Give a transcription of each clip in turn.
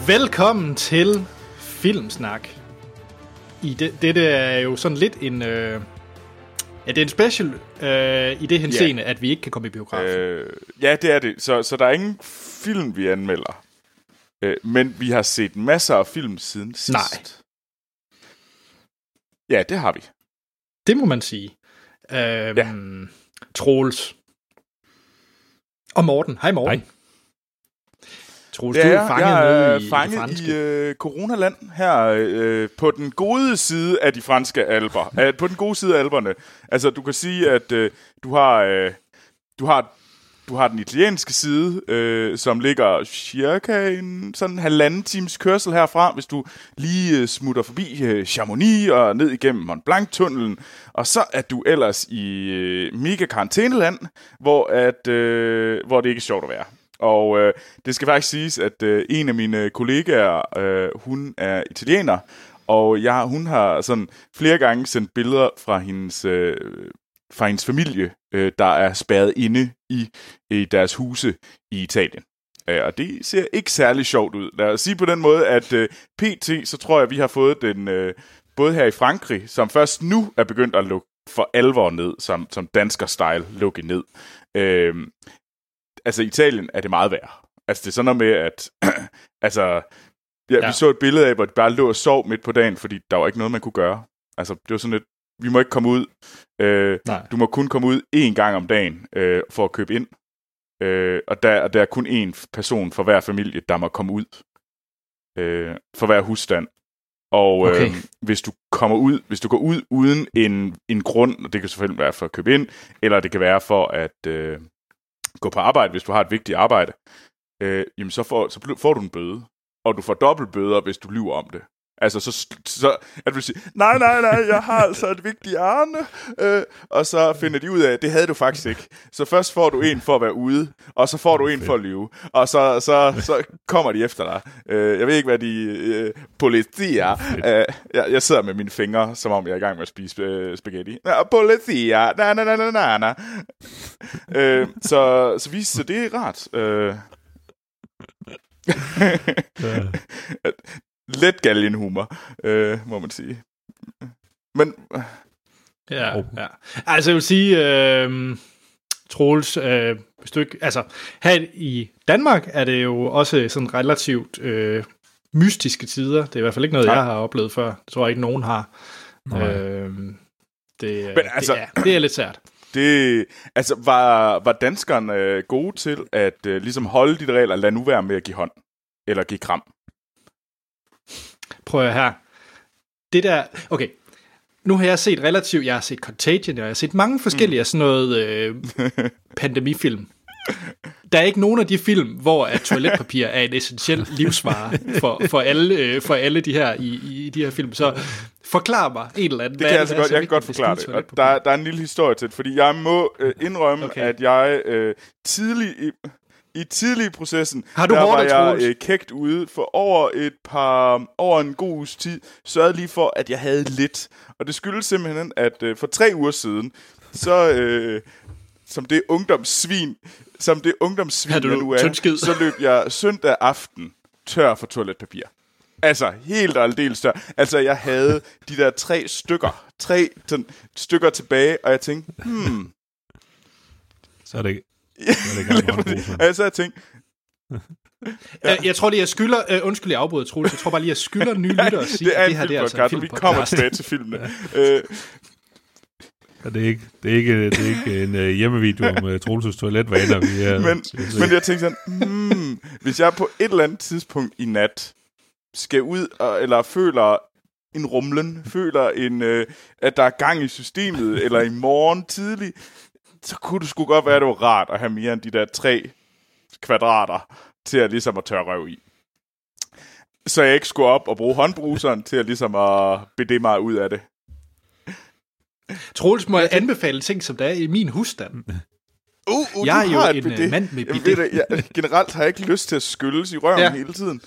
Velkommen til Filmsnak. Dette er jo sådan lidt en... det er en special i det henseende, at vi ikke kan komme i biografen. Ja, det er det. Så der er ingen film, vi anmelder. Men vi har set masser af film siden sidst. Nej. Ja, det har vi. Det må man sige. Troels. Og Morten. Hej Morten. Hej. Troels, du er fanget i coronaland her på den gode side af de franske alper. På den gode side af alperne. Altså, du kan sige, at du har den italienske side, som ligger cirka en sådan 1,5 times kørsel herfra, hvis du lige smutter forbi Chamonix og ned igennem Mont Blanc-tunnelen. Og så er du ellers i mega karantæneland, hvor det ikke er sjovt at være. Og det skal faktisk siges, at en af mine kollegaer, hun er italiener, og hun har sådan flere gange sendt billeder fra hendes familie, der er spærret inde i deres huse i Italien. Og det ser ikke særlig sjovt ud. Lad os sige på den måde, at pt. Så tror jeg, vi har fået den både her i Frankrig, som først nu er begyndt at lukke for alvor ned, som dansker-style lukke ned. Altså, i Italien er det meget værre. Altså, det er sådan noget med, at... vi så et billede af, hvor de bare lå og sov midt på dagen, fordi der var ikke noget, man kunne gøre. Altså, det var sådan et... Vi må ikke komme ud. Du må kun komme ud 1 gang om dagen for at købe ind. Og der er kun 1 person for hver familie, der må komme ud. For hver husstand. Og hvis du går ud uden en grund, og det kan selvfølgelig være for at købe ind, eller det kan være for at... gå på arbejde, hvis du har et vigtigt arbejde, jamen så får du en bøde. Og du får dobbelt bøder, hvis du lyver om det. Altså, så at du siger, nej, jeg har altså et vigtigt ærinde. Og så finder de ud af, at det havde du faktisk ikke. Så først får du en for at være ude, og så får du en for at lyve. Og så kommer de efter dig. Jeg ved ikke, hvad de politi er. Jeg sidder med mine fingre, som om jeg er i gang med at spise spaghetti. Politi er. Na. Så det er rart. Let galgenhumor, må man sige. Men... Ja. Altså, jeg vil sige, Troels, hvis du ikke... Altså, her i Danmark er det jo også sådan relativt mystiske tider. Det er i hvert fald ikke noget, jeg har oplevet før. Det tror jeg ikke, nogen har. Det er lidt sært. Altså, var danskerne gode til at ligesom holde de regler, lad nu være med at give hånd, eller give kram? Prøv at her. Det der... Okay. Nu har jeg set jeg har set Contagion, og jeg har set mange forskellige sådan noget pandemifilm. Der er ikke nogen af de film, hvor at toiletpapir er en essentiel livsvare for alle de her i de her film. Så forklar mig en eller anden. Det kan jeg altså godt. Jeg kan godt forklare det. Og der er en lille historie til det, fordi jeg må indrømme, at jeg i tidlig i processen, var jeg kægt ude for over en god uges tid, sørgede lige for, at jeg havde lidt. Og det skyldes simpelthen, at for 3 uger siden, så som det ungdomssvin, jeg nu er, så løb jeg søndag aften tør for toiletpapir. Altså, helt og aldeles tør. Altså, jeg havde de der 3 stykker tilbage, og jeg tænkte, Så er det ikke. Altså, jeg tænkte... Jeg tror lige, jeg skylder... undskyld, jeg afbryder, Troels. Jeg tror bare lige, jeg skylder nye lytter at sige, at det her det er altså en filmpodcast. Vi kommer tilbage til filmene. Det er ikke en hjemmevideo om Troelses toiletvaner. Men jeg tænkte sådan, hvis jeg på et eller andet tidspunkt i nat skal ud, eller føler en rumlen, at der er gang i systemet, eller i morgen tidlig, så kunne det sgu godt være, at det var rart at have mere end de der 3 kvadrater til at ligesom at tørre røv i. Så jeg ikke skulle op og bruge håndbruseren til at ligesom at bede mig ud af det. Troels, må jeg anbefale ting, som der er i min husstand? Jeg er jo en mand med bidet. Generelt har jeg ikke lyst til at skylles i røven hele tiden.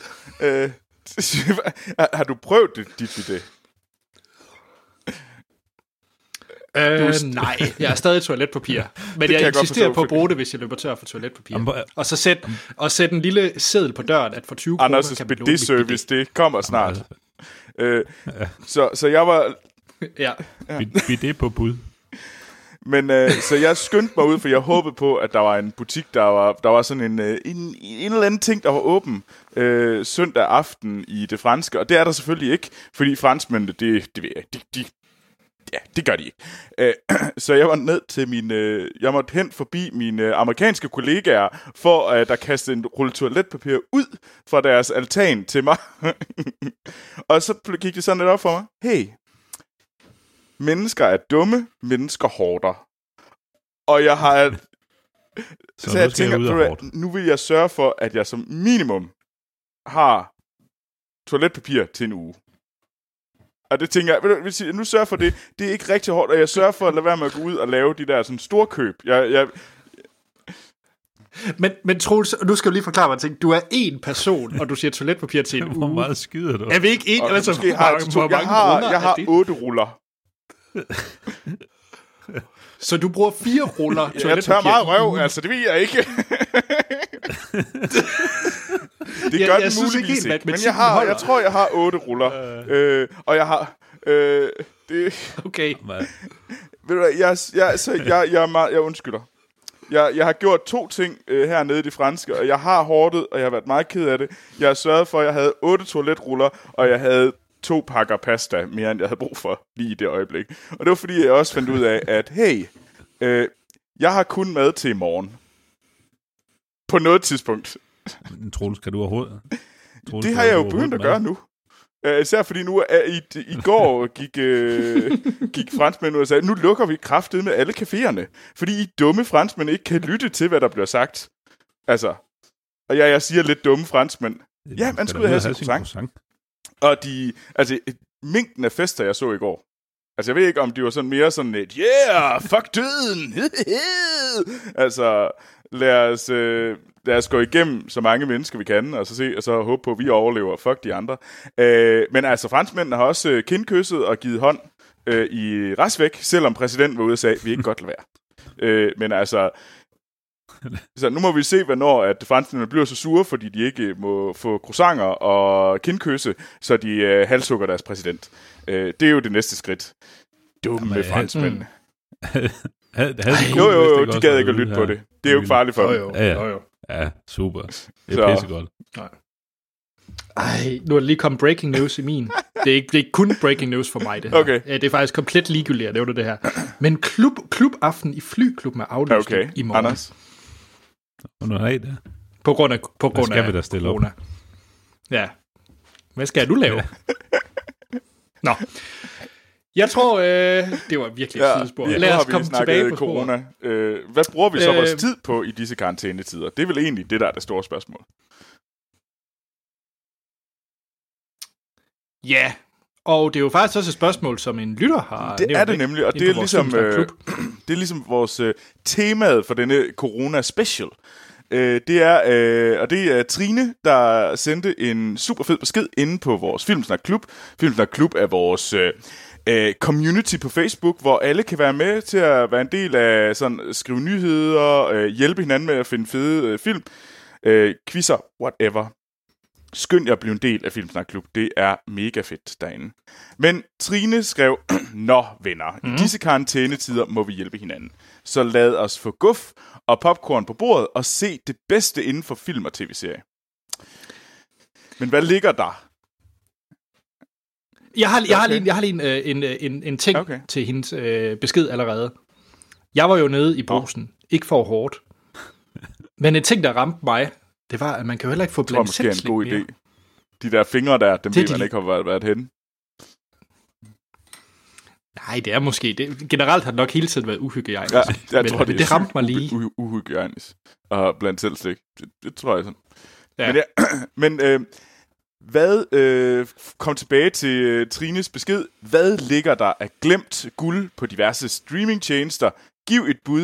Har du prøvet dit bidet? Nej, jeg er stadig toiletpapir. Men jeg insisterer på at bruge det, hvis jeg løber tør for toiletpapir. Og sæt en lille seddel på døren, at for 20 kroner Anders' kan man låne service, det kommer snart. Så jeg var... Ja. Det på bud. Men så jeg skyndte mig ud, for jeg håbede på, at der var en butik, der var sådan en eller anden ting, der var åben søndag aften i det franske. Og det er der selvfølgelig ikke, fordi franskmændene, det ved jeg, det gør de ikke. Så jeg var ned til jeg måtte hen forbi mine amerikanske kollegaer, for at der kastede en rulle toiletpapir ud fra deres altan til mig. Og så gik det sådan lidt op for mig. Hey, mennesker er dumme, mennesker hårder. Og jeg har... så jeg tænker, nu vil jeg sørge for, at jeg som minimum har toiletpapir til en uge. Og det tænker jeg, nu sørger for det. Det er ikke rigtig hårdt, og jeg sørger for at lade være med at gå ud og lave de der sådan store køb. Men Troels, nu skal du lige forklare mig en ting. Du er én person, og du siger toiletpapir til en uge. Hvor meget skider du? Er vi ikke én? Altså, jeg har 8 ruller. Så du bruger 4 ruller toiletpapir? Jeg tør meget røv, altså det ved jeg ikke. Det gør det muligvis ikke. Men jeg tror, jeg har 8 ruller. Og jeg har... Okay. Ved du hvad, jeg undskylder. Jeg har gjort 2 ting hernede i det franske, og jeg har hårdet, og jeg har været meget ked af det. Jeg har sørget for, at jeg havde 8 toiletruller, og jeg havde 2 pakker pasta, mere end jeg havde brug for lige i det øjeblik. Og det var fordi, jeg også fandt ud af, at hey, jeg har kun mad til i morgen. På noget tidspunkt. Troels, kan du overhovedet? Det har jeg jo begyndt at gøre nu. Især fordi nu i går gik franskmænd ud og sagde, nu lukker vi kraftedet med alle caféerne. Fordi I dumme franskmænd ikke kan lytte til, hvad der bliver sagt. Altså, og jeg siger lidt dumme franskmænd. Ja, man skulle have sin croissant. Og mængden af fester, jeg så i går. Altså, jeg ved ikke, om de var sådan mere sådan et, yeah, fuck døden. Altså, lad os gå igennem så mange mennesker, vi kan, og så håbe på, at vi overlever. Fuck de andre. Men altså, franskmændene har også kindkysset og givet hånd i restvæk, selvom præsidenten var ude og sagde, vi ikke godt lade være. Men altså... Så nu må vi se, hvornår at franskmændene bliver så sure, fordi de ikke må få croissanter og kindkysse, så de halshugger deres præsident. Det er jo det næste skridt. Dumme franskmænd. Jo, de gad ikke at lytte på det. Det er jo ikke farligt for dem. Ja, super. Det er pissegodt. Ej, nu er der lige kommet breaking news i min. Det er ikke kun breaking news for mig, det her. Okay. Det er faktisk komplet ligegyldigt at lave det her. Men klubaften i Flyklubben er aflyst i morgen. Anders? På grund af corona. Ja. Hvad skal du lave? Nå. Jeg tror, det var virkelig et sidespor. Lad os komme tilbage på corona. Hvad bruger vi så vores tid på i disse karantænetider? Det er vel egentlig det, der er det store spørgsmål. Ja, og det er jo faktisk også et spørgsmål, som en lytter har det nævnt. Det er det nemlig, og det er ligesom vores temaet for denne corona-special. Det er Trine, der sendte en super fed besked inde på vores Filmsnak Klub. Filmsnak Klub er vores community på Facebook, hvor alle kan være med til at være en del af sådan skrive nyheder, hjælpe hinanden med at finde fede film, quizzer, whatever. Skynd jer at blive en del af Filmsnak Klub. Det er mega fedt derinde. Men Trine skrev, nå venner, i disse karantænetider må vi hjælpe hinanden. Så lad os få guf og popcorn på bordet og se det bedste inden for film og tv-serie. Men hvad ligger der? Jeg har lige en ting til hendes besked allerede. Jeg var jo nede i Brugsen. Ikke for hårdt. Men en ting, der ramte mig, det var, at man kan jo heller ikke få blandt selv slik mere. Det er en god idé. De der fingre der, dem ved man ikke har været henne. Nej, det er måske... Generelt har det nok hele tiden været uhygiejnisk. Ja, jeg tror, det ramte mig lige. Uhygiejnisk. Og blandt selv slik. Det tror jeg sådan. Ja. Men kom tilbage til Trines besked. Hvad ligger der af glemt guld på diverse streamingtjenester? Giv et bud.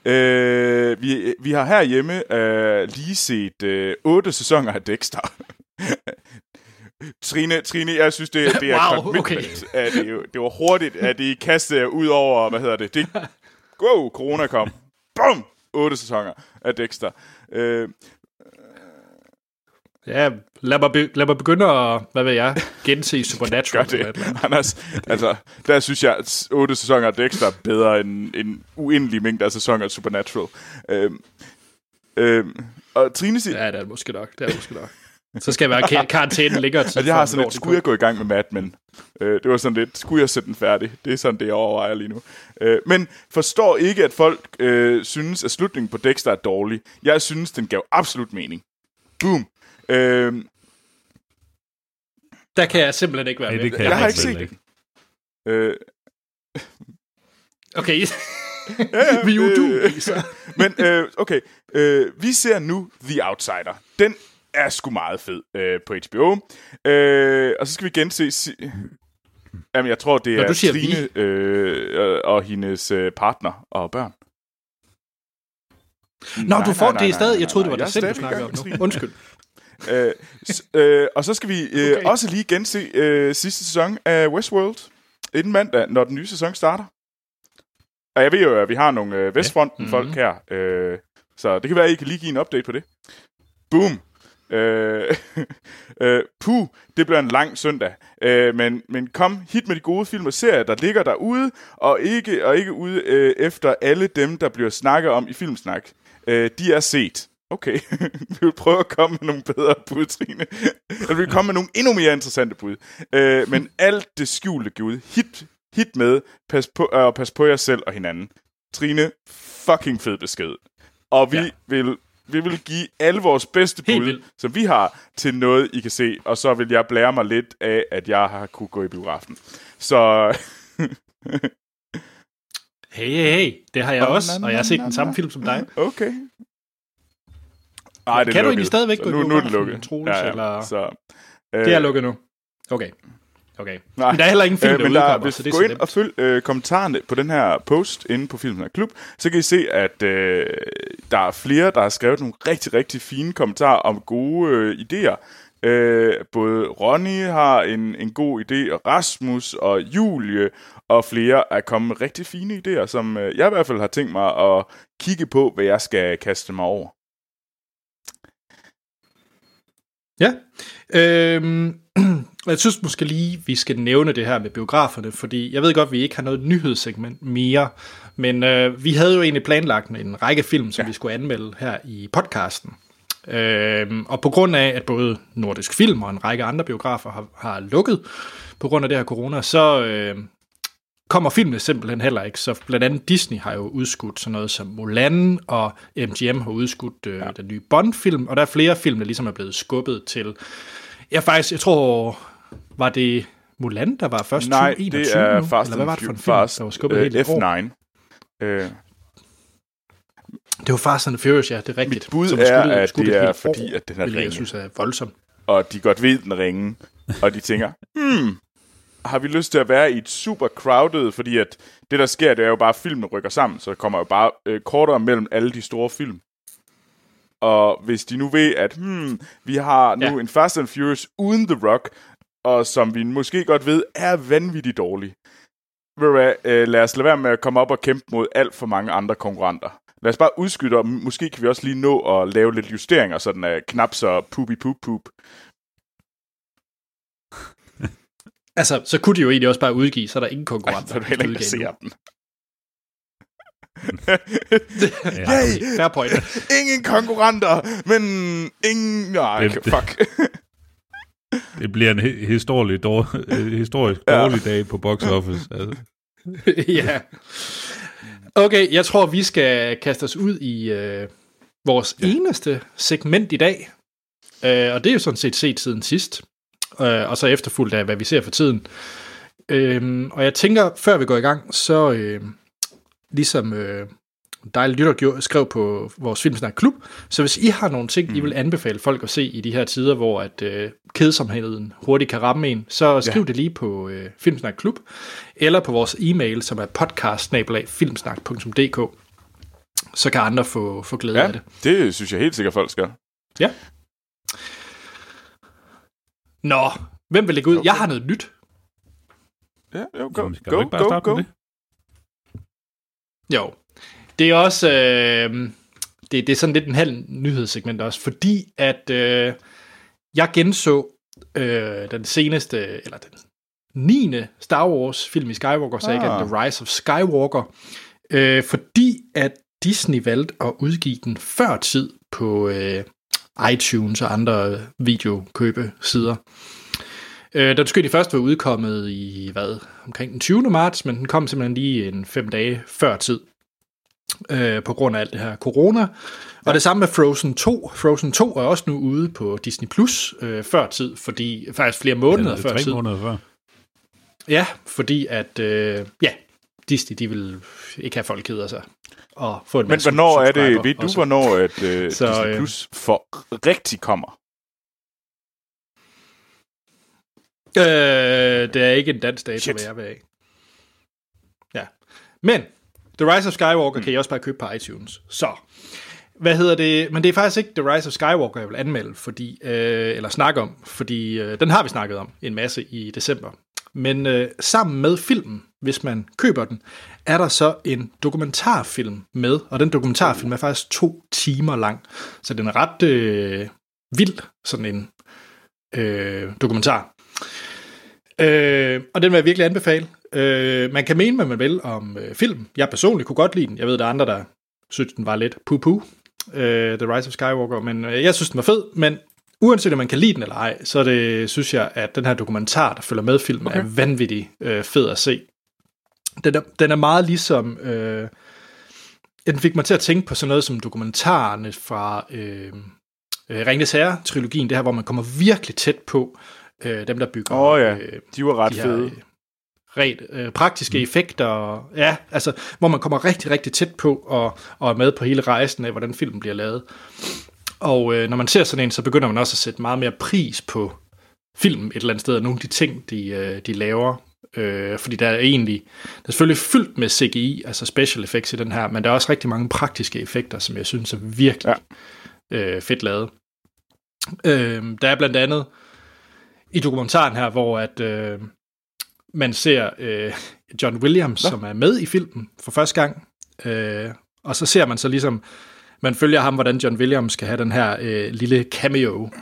Vi har herhjemme lige set 8 sæsoner af Dexter. Trine, jeg synes, det er wow, okay. Det var hurtigt, at de kastede ud over, corona kom. Bum! 8 sæsoner af Dexter. Ja, lad mig begynde at, gense Supernatural. Gør det, Anders. Altså, der synes jeg, at 8 sæsoner af Dexter er bedre end en uendelig mængde af sæsoner af Supernatural. Og Trine siger... Ja, det er måske nok. Så skal jeg være karantæne længere tid. Jeg har sådan lidt, skulle jeg gå i gang med Mad Men? Det var sådan lidt, skulle jeg sætte den færdig? Det er sådan, det jeg overvejer lige nu. Men forstår ikke, at folk synes, at slutningen på Dexter er dårlig. Jeg synes, den gav absolut mening. Boom. Der kan jeg simpelthen ikke være med. Jeg har ikke set det. Okay. Vi jo du. Men okay. Vi ser nu The Outsider. Den er sgu meget fed på HBO. Og så skal vi gense... Jamen, jeg tror, det er Trine og hendes partner og børn. Nå, du får det stadig. Jeg troede, det var dig selv, du snakkede om nu. Undskyld. Og så skal vi også lige gense sidste sæson af Westworld inden mandag, når den nye sæson starter. Og jeg ved jo, at vi har nogle Vestfronten-folk her, så det kan være, at I kan lige give en update på det. Boom! Det bliver en lang søndag. Men kom hit med de gode film og serier, der ligger derude, og ikke ude efter alle dem, der bliver snakket om i Filmsnak. De er set. Okay, vi vil prøve at komme med nogle bedre bud, Trine. Vi vil komme med nogle endnu mere interessante bud. Men alt det skjulte Gud. Hit med. Pas på jer selv og hinanden. Trine, fucking fed besked. Og vi vil give alle vores bedste bud, som vi har, til noget, I kan se. Og så vil jeg blære mig lidt af, at jeg har kunne gå i biografen. Så... Hey, det har jeg også, og jeg har set den samme film som dig. Okay. Ej, kan du egentlig stadigvæk gå i biografen? Nu er det lukket. Troels, eller? Så, det er lukket nu. Okay. Nej, men der er heller ingen film, der udkommer. Hvis du går ind og følg kommentarerne på den her post inde på Filmsnak Klub, så kan I se, at der er flere, der har skrevet nogle rigtig, rigtig fine kommentarer om gode idéer. Både Ronny har en god idé, og Rasmus og Julie og flere er kommet med rigtig fine idéer, som jeg i hvert fald har tænkt mig at kigge på, hvad jeg skal kaste mig over. Ja. Jeg synes måske lige, vi skal nævne det her med biograferne, fordi jeg ved godt, at vi ikke har noget nyhedssegment mere, men vi havde jo egentlig planlagt en række film, som vi skulle anmelde her i podcasten. Og på grund af, at både Nordisk Film og en række andre biografer har lukket på grund af det her corona, så kommer filmene simpelthen heller ikke. Så blandt andet Disney har jo udskudt sådan noget som Mulan, og MGM har udskudt den nye Bond-film, og der er flere film, der ligesom er blevet skubbet til... Jeg tror, var det Mulan, der var først 2021? Nej, det er Fast and Furious, der var skubbet helt F9. Det var Fast and Furious, ja, det er rigtigt. Mit bud er, at det er fordi, at den er ringe. Jeg synes, det er voldsomt. Og de godt ved, den ringe, og de tænker, har vi lyst til at være i et super crowded, fordi at det, der sker, det er jo bare, at filmen rykker sammen, så der kommer jo bare kortere mellem alle de store film. Og hvis de nu ved, at vi har nu en Fast and Furious uden The Rock, og som vi måske godt ved, er vanvittigt dårlig. Lad os lade være med at komme op og kæmpe mod alt for mange andre konkurrenter. Lad os bare udskyde, og måske kan vi også lige nå at lave lidt justeringer, så den er knap så poop. Altså, så kunne de jo egentlig også bare udgive, så er der ingen konkurrenter. Så er du heller ikke ser den. Fair point. Ingen konkurrenter, men ingen... Nej, fuck. Det bliver en historisk dårlig dag på box office. Altså. Ja. Okay, jeg tror, vi skal kaste os ud i vores eneste segment i dag. Og det er jo sådan set siden sidst. Og så efterfulgt af, hvad vi ser for tiden. Og jeg tænker, før vi går i gang, så ligesom dejligt lytter skrev på vores Filmsnak Klub, så hvis I har nogle ting, I vil anbefale folk at se i de her tider, hvor at kedsomheden hurtigt kan ramme en, så skriv det lige på Filmsnak Klub, eller på vores e-mail, som er podcast@filmsnak.dk. Så kan andre få glæde af det. Det synes jeg helt sikkert, folk skal. Ja. Nå, hvem vil lægge ud? Okay. Jeg har noget nyt. Ja, jo, Skal du ikke bare starte med det? Jo. Det er også... det er sådan lidt en halv nyhedssegment også, fordi at jeg genså den seneste, eller den 9. Star Wars film i Skywalker-sagaen, The Rise of Skywalker, fordi at Disney valgte at udgive den før tid på iTunes og andre videokøbesider. Den skulle de først være udkommet i, omkring den 20. marts, men den kom simpelthen lige en 5 dage før tid, på grund af alt det her corona. Og det samme med Frozen 2. Frozen 2 er også nu ude på Disney Plus før tid, fordi faktisk flere måneder før tid. 3 måneder før. Ja, fordi at Disney, de vil ikke have folk keder sig og få en masse. Men hvornår er det, ved du, hvornår at Disney Plus for rigtig kommer? Det er ikke en dansk dato, hvad jeg vil af. Ja. Men The Rise of Skywalker kan I også bare købe på iTunes. Så, hvad hedder det? Men det er faktisk ikke The Rise of Skywalker, jeg vil anmelde, fordi, eller snakke om, fordi den har vi snakket om en masse i december. Men sammen med filmen, hvis man køber den, er der så en dokumentarfilm med, og den dokumentarfilm er faktisk 2 timer lang. Så den er ret vild, sådan en dokumentar. Og den vil jeg virkelig anbefale. Man kan mene, hvad man vil om film. Jeg personligt kunne godt lide den. Jeg ved, der er andre, der synes, den var lidt puh-puh, The Rise of Skywalker, men jeg synes, den var fed. Men uanset om man kan lide den eller ej, så synes jeg, at den her dokumentar, der følger med filmen, er vanvittig fed at se. Den er meget ligesom... den fik mig til at tænke på sådan noget som dokumentarerne fra Ringenes Herre-trilogien, det her, hvor man kommer virkelig tæt på dem, der bygger... de var ret fede. Praktiske effekter, ja, altså, hvor man kommer rigtig, rigtig tæt på og er med på hele rejsen af, hvordan filmen bliver lavet. Og når man ser sådan en, så begynder man også at sætte meget mere pris på filmen et eller andet sted, og nogle af de ting, de laver. Fordi der er selvfølgelig fyldt med CGI, altså special effects i den her, men der er også rigtig mange praktiske effekter, som jeg synes er virkelig fedt lavet. Der er blandt andet i dokumentaren her, hvor at man ser John Williams, som er med i filmen for første gang, og så ser man så ligesom, man følger ham, hvordan John Williams skal have den her lille cameo,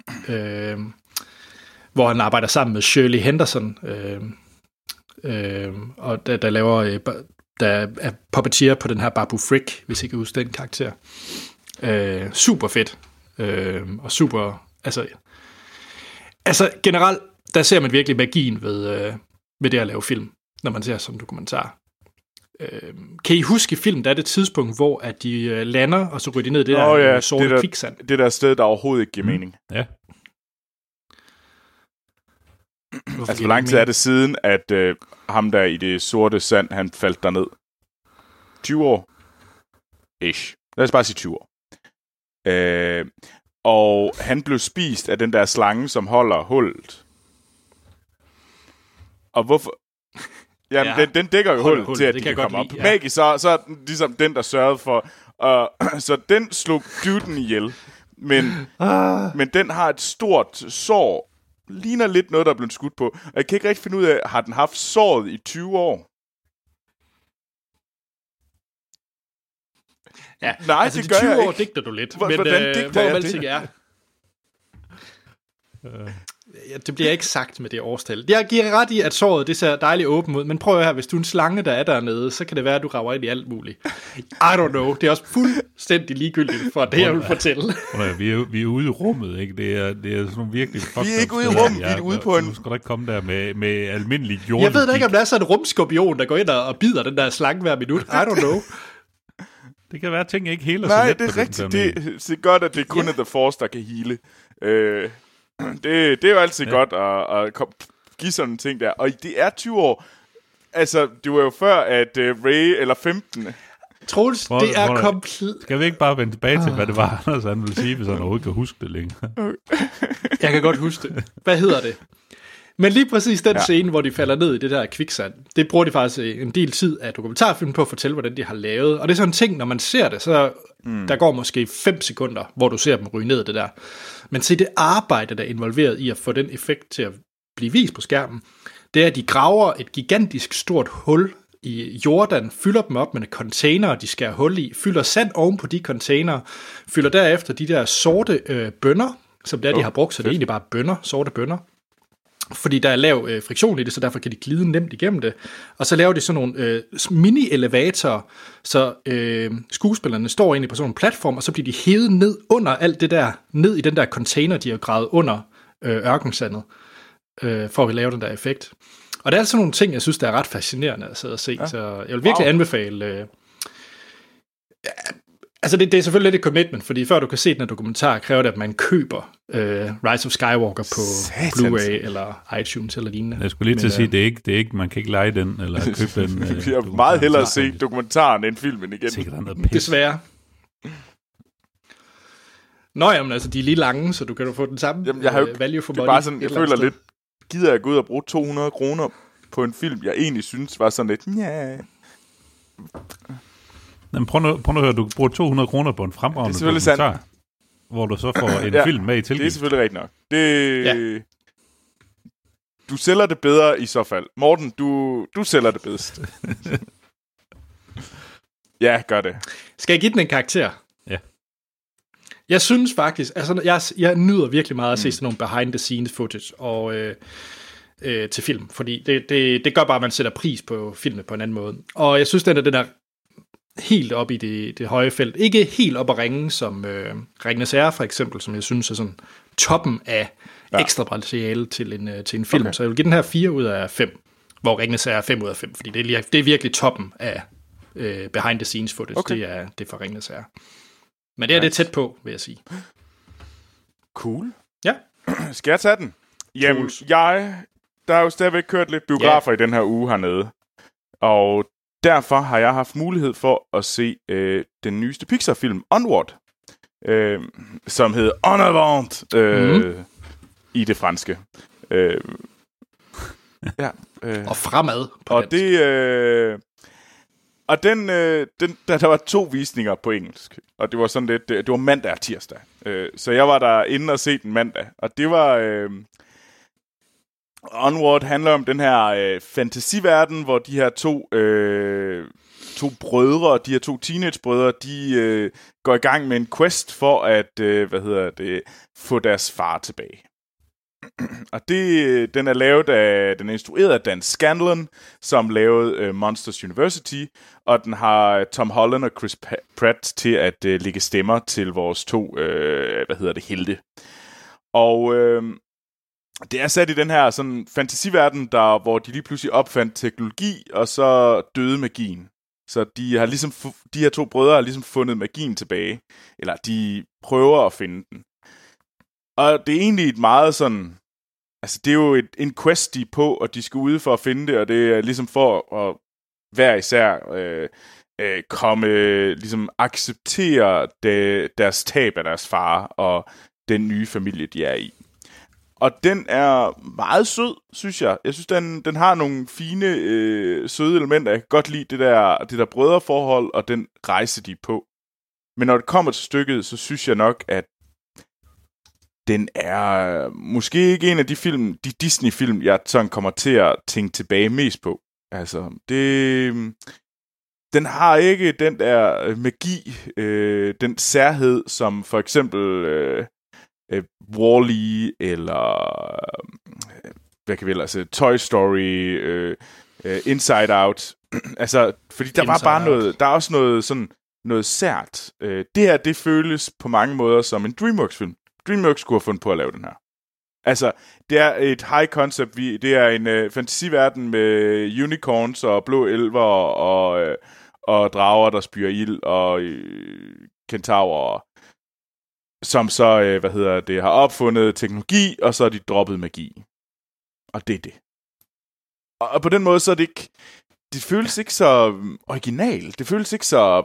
hvor han arbejder sammen med Shirley Henderson, og der laver, der er puppeteer på den her Babu Frick, hvis I kan huske den karakter. Super fedt, og super, altså generelt, der ser man virkelig magien ved det at lave film, når man ser som dokumentar. Kan I huske i filmen, der er det tidspunkt, hvor at de lander, og så ryger de ned i det der sorte kviksand? Det der sted, der overhovedet ikke giver mening. Ja. Altså, hvor lang tid er det siden, at ham der i det sorte sand, han faldt derned? 20 år? Ish. Lad os bare sige 20 år. Og han blev spist af den der slange, som holder hullet. Og hvorfor... Jamen, den dækker jo hullet til, at de kan komme op. Ja. Magisk, så er den ligesom den, der sørgede for... så den slog duden ihjel. Men den har et stort sår. Ligner lidt noget, der er blevet skudt på. Og jeg kan ikke rigtig finde ud af, har den haft såret i 20 år? Ja, nej, altså det gør 20 år digter du lidt. Hvordan digter jeg det? Er. Det bliver ikke sagt med det årstal. Jeg giver ret i, at såret det ser dejligt åbent ud, men prøv her, hvis du er en slange, der er dernede, så kan det være, at du rager ind i alt muligt. I don't know. Det er også fuldstændig ligegyldigt for det, jeg vil fortælle. Vi er ude i rummet, ikke? Det er sådan nogle virkelig... Vi er ikke ude i rummet, vi er ude på en... Du skal da ikke komme der med almindelig jord. Jeg ved da ikke, om der er sådan en rumskorpion, der går ind og bider den der slange hver minut. I don't know. Det kan være, at ting ikke heler så let. Nej, det er rigtigt. Det er godt, at det kun er The Force, der kan hele. Det er jo altid godt at give sådan en ting der. Og det er 20 år. Altså, det var jo før, at Ray eller 15... Troels, det er komplet... Skal vi ikke bare vende tilbage til, hvad det var, Anders han ville sige, hvis han overhovedet kan huske det længere? Jeg kan godt huske det. Hvad hedder det? Men lige præcis den scene, hvor de falder ned i det der kviksand, det bruger de faktisk en del tid af dokumentarfilmen på at fortælle, hvordan de har lavet. Og det er sådan en ting, når man ser det, så der går måske 5 sekunder, hvor du ser dem ryge ned det der. Men se det arbejde, der er involveret i at få den effekt til at blive vist på skærmen, det er, at de graver et gigantisk stort hul i Jordan, fylder dem op med container, de skærer hul i, fylder sand oven på de container, fylder derefter de der sorte bønner, som det er, de har brugt, så det er egentlig bare bønner, sorte bønner. Fordi der er lav friktion i det, så derfor kan de glide nemt igennem det. Og så laver de sådan nogle mini-elevatorer, så skuespillerne står egentlig på sådan en platform, og så bliver de hævet ned under alt det der, ned i den der container, de har gravet under ørkensandet, for at lave den der effekt. Og det er altså nogle ting, jeg synes, der er ret fascinerende at sidde og se, så jeg vil virkelig anbefale... Altså, det er selvfølgelig lidt et commitment, fordi før du kan se den her dokumentar, kræver det, at man køber Rise of Skywalker på Blu-ray eller iTunes eller lignende. Jeg skulle lige til at sige, det er ikke, man kan ikke leje den, eller købe den. Jeg vil meget hellere se dokumentaren end filmen igen. Desværre. Nå, jamen, altså, de er lige lange, så du kan jo få den samme value for money. Det er bare sådan, jeg føler lidt, gider jeg gå ud og bruge 200 kroner på en film, jeg egentlig synes var sådan lidt, Men prøv nu at høre, du bruger 200 kroner på en fremragende dokumentar, hvor du så får en film med i tilgift. Det er selvfølgelig rigtigt nok. Du sælger det bedre i så fald. Morten, du sælger det bedst. Ja, gør det. Skal jeg give den en karakter? Ja. Jeg synes faktisk, altså jeg nyder virkelig meget at se sådan nogle behind the scenes footage og til film, fordi det gør bare, at man sætter pris på filmen på en anden måde. Og jeg synes, den er helt op i det høje felt. Ikke helt op at ringe, som Ringenes Herre for eksempel, som jeg synes er sådan toppen af ekstra potentiale til en film. Okay. Så jeg vil give den her 4 ud af 5, hvor Ringenes Herre er 5 ud af 5, fordi det er virkelig toppen af behind the scenes footage. Okay. Det er for Ringenes Herre. Men det er det tæt på, vil jeg sige. Cool. Ja. Skal jeg tage den? Jamen, der er jo stadigvæk kørt lidt biografer i den her uge hernede. Og derfor har jeg haft mulighed for at se den nyeste Pixar-film, Onward, som hedder En avant i det franske. Og fremad på og dansk. Og der var 2 visninger på engelsk, og det var sådan lidt, det var mandag og tirsdag. Så jeg var der inde og se den mandag, og det var... Onward handler om den her fantasiverden, hvor de her to brødre, de her 2 teenagebrødre, de går i gang med en quest for at få deres far tilbage. Og den er instrueret af Dan Scanlon, som lavede Monsters University, og den har Tom Holland og Chris Pratt til at lægge stemmer til vores 2 helte. Og det er sat i den her sådan fantasiverden, hvor de lige pludselig opfandt teknologi, og så døde magien. Så de her 2 brødre har ligesom fundet magien tilbage, eller de prøver at finde den. Og det er egentlig et meget sådan, altså det er jo en quest, de er på, og de skal ud for at finde det, og det er ligesom for at hver især ligesom acceptere deres tab af deres far, og den nye familie, de er i. Og den er meget sød, synes jeg. Jeg synes, den har nogle fine, søde elementer. Jeg kan godt lide det der brødreforhold og den rejse, de er på. Men når det kommer til stykket, så synes jeg nok, at den er måske ikke en af de Disney-film, jeg sådan kommer til at tænke tilbage mest på. Altså, den har ikke den der magi, den særhed, som for eksempel... Wall-E eller hvad kan vi ellers sige, Toy Story, Inside Out. Altså, fordi der var bare noget, der er også noget sådan noget sært. Det her, det føles på mange måder som en DreamWorks-film. DreamWorks skulle have fundet på at lave den her. Altså, det er et high concept. Det er en fantasiverden med unicorns og blå elver og drager, der spyrer ild og kentaurer, som så, har opfundet teknologi, og så har de droppet magi. Og det er det. Og på den måde, så er det ikke... Det føles ikke så originalt. Det føles ikke så,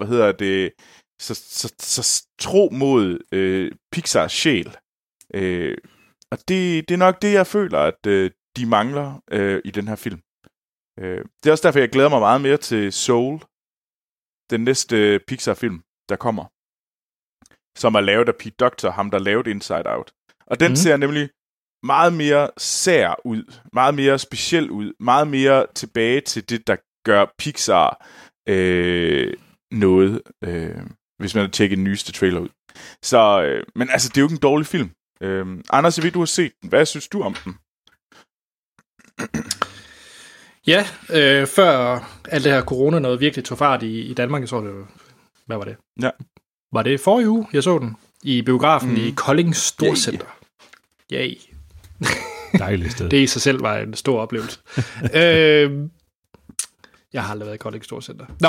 så tro mod Pixars sjæl. Og det er nok det, jeg føler, at de mangler i den her film. Det er også derfor, jeg glæder mig meget mere til Soul, den næste Pixar-film, der kommer, som er lavet af Pete Docter, ham der lavede Inside Out. Og den ser nemlig meget mere sær ud, meget mere speciel ud, meget mere tilbage til det, der gør Pixar noget, hvis man har tjekket den nyeste trailer ud. Så, men altså, det er jo ikke en dårlig film. Anders, jeg ved, du har set den. Hvad synes du om den? Ja, før alt det her corona noget virkelig tog fart i Danmark, jeg så det, hvad var det? Ja. Var det forrige uge, jeg så den? I biografen i Kolding Storcenter. Yay. Dejligt sted. Det i sig selv var en stor oplevelse. Jeg har aldrig været i Kolding Storcenter. Nå,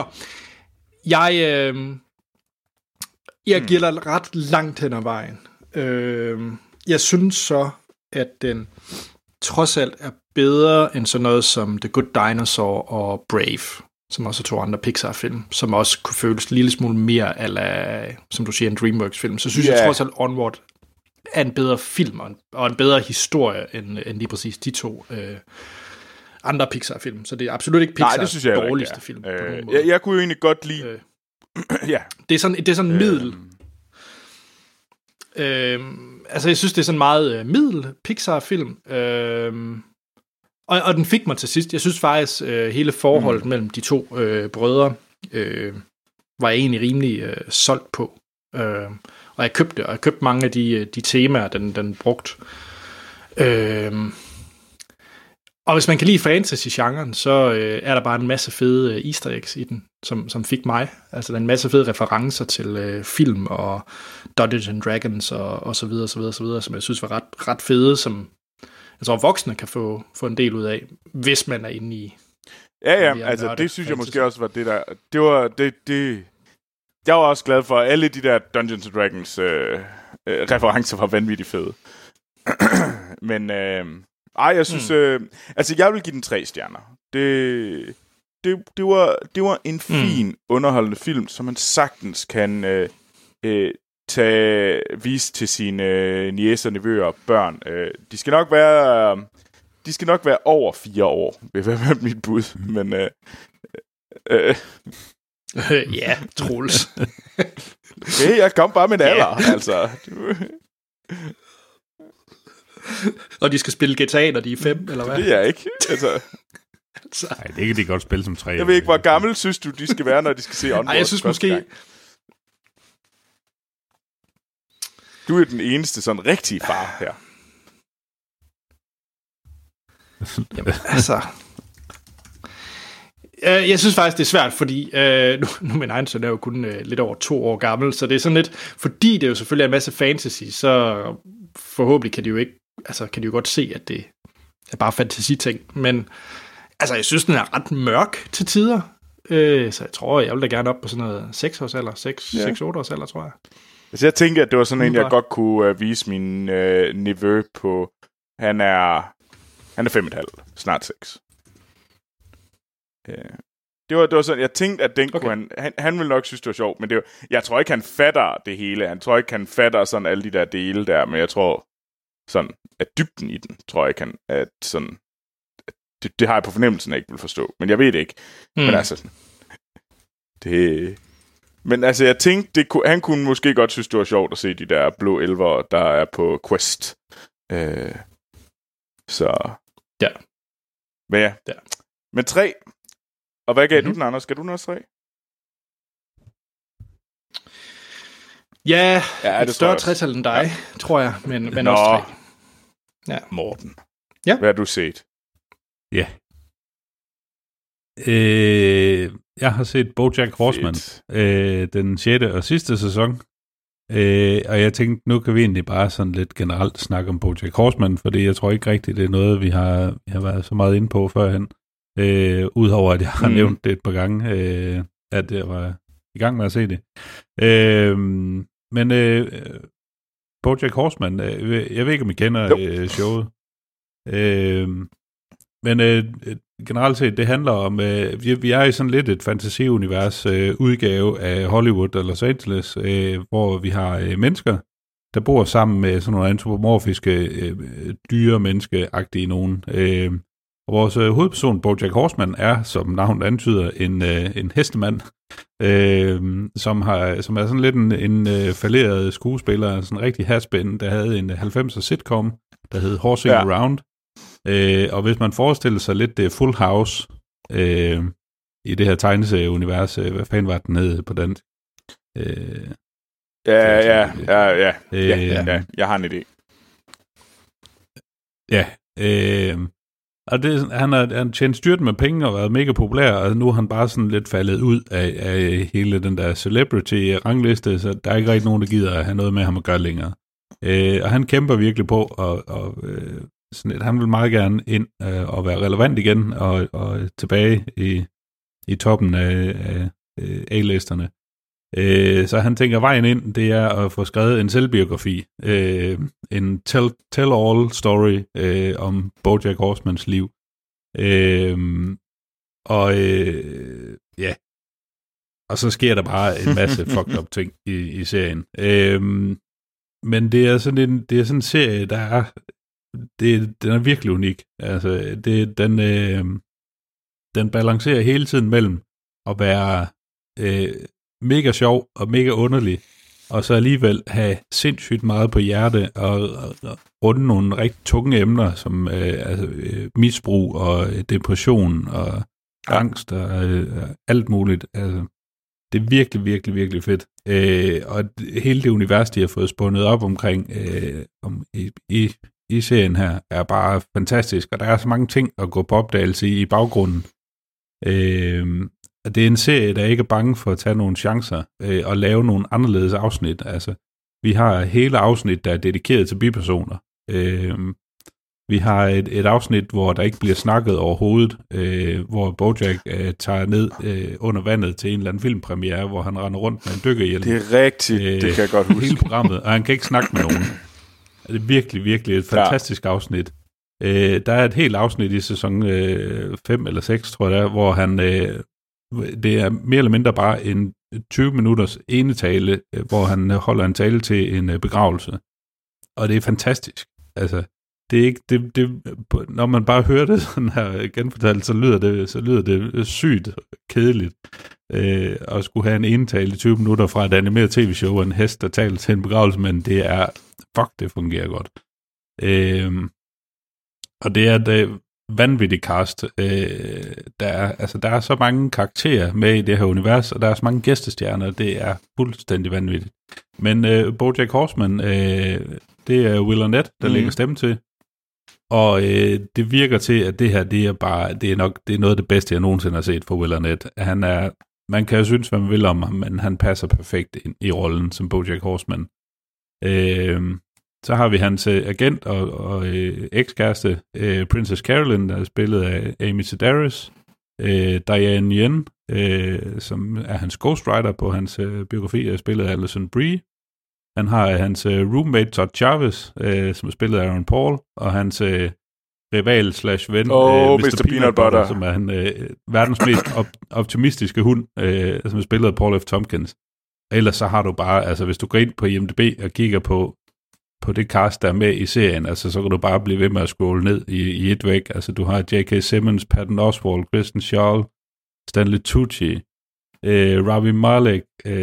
jeg giver dig ret langt hen ad vejen. Jeg synes så, at den trods alt er bedre end sådan noget som The Good Dinosaur og Brave, som også er 2 andre Pixar-film, som også kunne føles en lille smule mere ala, som du siger, en DreamWorks-film. Så synes jeg trods alt Onward er en bedre film og en bedre historie end lige præcis de 2 andre Pixar-film. Så det er absolut ikke Pixars dårligste film. Jeg kunne jo egentlig godt lide... ja. Det er sådan middel... altså jeg synes det er sådan meget middel Pixar-film, og den fik mig til sidst. Jeg synes faktisk hele forholdet mellem de 2 brødre var jeg egentlig rimelig solgt på, og jeg købte mange af de temaer den brugt. Og hvis man kan lide fantasy-genren, så er der bare en masse fede easter eggs i den, som fik mig. Altså der er en masse fede referencer til film og Dungeons and Dragons og så videre, så videre, så videre, som jeg synes var ret fede, som jeg tror voksne kan få en del ud af, hvis man er inde i... Ja, altså det synes jeg måske også var det der... Det var det... Jeg var også glad for, at alle de der Dungeons and Dragons referencer var vanvittigt fede. Men... jeg synes... altså, jeg vil give den 3 stjerner. Det var en fin, underholdende film, som man sagtens kan vise til sine niecer, nevøer og børn. De skal nok være over 4 år, vil være mit bud. Men... ja, Troels. Okay, jeg kom bare med en alder, altså. Og de skal spille GTA, når de er 5, eller hvad? Det er jeg ikke. Altså. Nej, det kan de godt spille som 3. Jeg ved ikke, hvor gammel synes du, de skal være, når de skal se Onward. Nej, jeg synes måske... Gang. Du er den eneste sådan rigtige far her. Jamen, altså... Jeg synes faktisk, det er svært, fordi nu min egen søn er jo kun lidt over 2 år gammel, så det er sådan lidt... Fordi det jo selvfølgelig er en masse fantasy, så forhåbentlig kan de jo ikke... Altså, kan de jo godt se, at det er bare fantasiting. Men altså, jeg synes, den er ret mørk til tider. Så jeg tror, jeg vil da gerne op på sådan noget 6 års alder, 6-8 års alder, tror jeg. Altså, jeg tænker, at det var sådan en, jeg godt kunne vise min nevø på. Han er 5,5, snart 6. Det var sådan, jeg tænkte, at den kunne han ville nok synes, det var sjovt, men jeg tror ikke, han fatter det hele. Han tror ikke, han fatter sådan alle de der dele der, men jeg tror sådan, at dybden i den, tror jeg ikke, at sådan, det har jeg på fornemmelsen, jeg ikke vil forstå, men jeg ved det ikke. Men altså, men altså, jeg tænkte, han kunne måske godt synes, det var sjovt at se de der blå elver, der er på Quest. Så. Ja. Men ja. Men 3. Og hvad gav du den, Anders? Skal du den også 3? Ja, et større trætal end dig, tror jeg, men også 3. Ja. Morten. Ja. Hvad har du set? Ja. Jeg har set BoJack Horseman, den 6. og sidste sæson. Og jeg tænkte, nu kan vi egentlig bare sådan lidt generelt snakke om BoJack Horseman, fordi jeg tror ikke rigtigt, det er noget, vi har været så meget inde på førhen. Udover at jeg har nævnt det et par gange, at jeg var i gang med at se det. Men BoJack Horseman, jeg ved ikke, om I kender showet. Men generelt set, det handler om, vi er i sådan lidt et fantasiunivers udgave af Hollywood og Los Angeles, hvor vi har mennesker, der bor sammen med sådan nogle antropomorfiske dyre-menneske-agtige nogen. Og vores hovedperson, BoJack Horseman, er, som navnet antyder, en hestemand, som er sådan lidt en falderet skuespiller, sådan en rigtig has-been, der havde en 90'er sitcom, der hed Horsing Around. Og hvis man forestiller sig lidt det Full House i det her tegneserieunivers, hvad fanden var den nede på dansk? Ja, jeg har en idé. Ja, og han har tjent styrt med penge og været mega populær, og nu er han bare sådan lidt faldet ud af hele den der celebrity-rangliste, så der er ikke rigtig nogen, der gider at have noget med ham at gøre længere. Og han kæmper virkelig på, og sådan lidt, han vil meget gerne ind og være relevant igen, og tilbage i toppen af A-listerne. Så han tænker, vejen ind, det er at få skrevet en selvbiografi, en tell-all story om BoJack Horsemans liv. Og så sker der bare en masse fucked up ting i serien. Men det er sådan en serie, den er virkelig unik. Altså, den balancerer hele tiden mellem at være mega sjov og mega underlig, og så alligevel have sindssygt meget på hjerte og runde nogle rigtig tunge emner, som misbrug og depression og angst og alt muligt. Altså, det er virkelig, virkelig, virkelig fedt. Og hele det univers, de har fået spundet op omkring i serien her, er bare fantastisk, og der er så mange ting at gå på opdagelse i baggrunden. Det er en serie, der ikke er bange for at tage nogle chancer og lave nogle anderledes afsnit. Altså, vi har hele afsnit, der er dedikeret til bipersoner. Vi har et afsnit, hvor der ikke bliver snakket overhovedet, hvor BoJack tager ned under vandet til en eller anden filmpremiere, hvor han render rundt med en dykkerhjelm. Det er rigtigt, det kan jeg godt huske. Hele programmet, og han kan ikke snakke med nogen. Det er virkelig, virkelig et fantastisk afsnit. Der er et helt afsnit i sæson 5 eller 6, tror jeg, hvor han... det er mere eller mindre bare en 20 minutters enetale, hvor han holder en tale til en begravelse. Og det er fantastisk. Altså, det er ikke... når man bare hører det sådan her genfortalt, så lyder det sygt kedeligt. At skulle have en enetale i 20 minutter fra et animeret tv-show, en hest, der taler til en begravelse, men det er... det fungerer godt. Og det er et vanvittigt cast. Der er så mange karakterer med i det her univers, og der er så mange gæstestjerner, det er fuldstændig vanvittigt. Men BoJack Horseman, det er Will Arnett, der lægger stemme til, og det virker til, at det her, det er noget af det bedste, jeg nogensinde har set for Will Arnett. Man kan jo synes, hvad man vil om ham, men han passer perfekt ind i rollen som BoJack Horseman. Så har vi hans agent og ekskæreste, Princess Carolyn, der er spillet af Amy Sedaris. Diane Yen, som er hans ghostwriter på hans biografi, er spillet af Alison Brie. Han har hans roommate Todd Jarvis, som er spillet af Aaron Paul, og hans rival / ven, Mr. Peanut Butter, som er verdens mest optimistiske hund, som er spillet af Paul F. Tompkins. Ellers så har du bare, altså hvis du går ind på IMDb og kigger på det cast, der er med i serien, altså så kan du bare blive ved med at scrolle ned i et væk. Altså du har J.K. Simmons, Patton Oswalt, Kristen Schaal, Stanley Tucci, Rami Malek,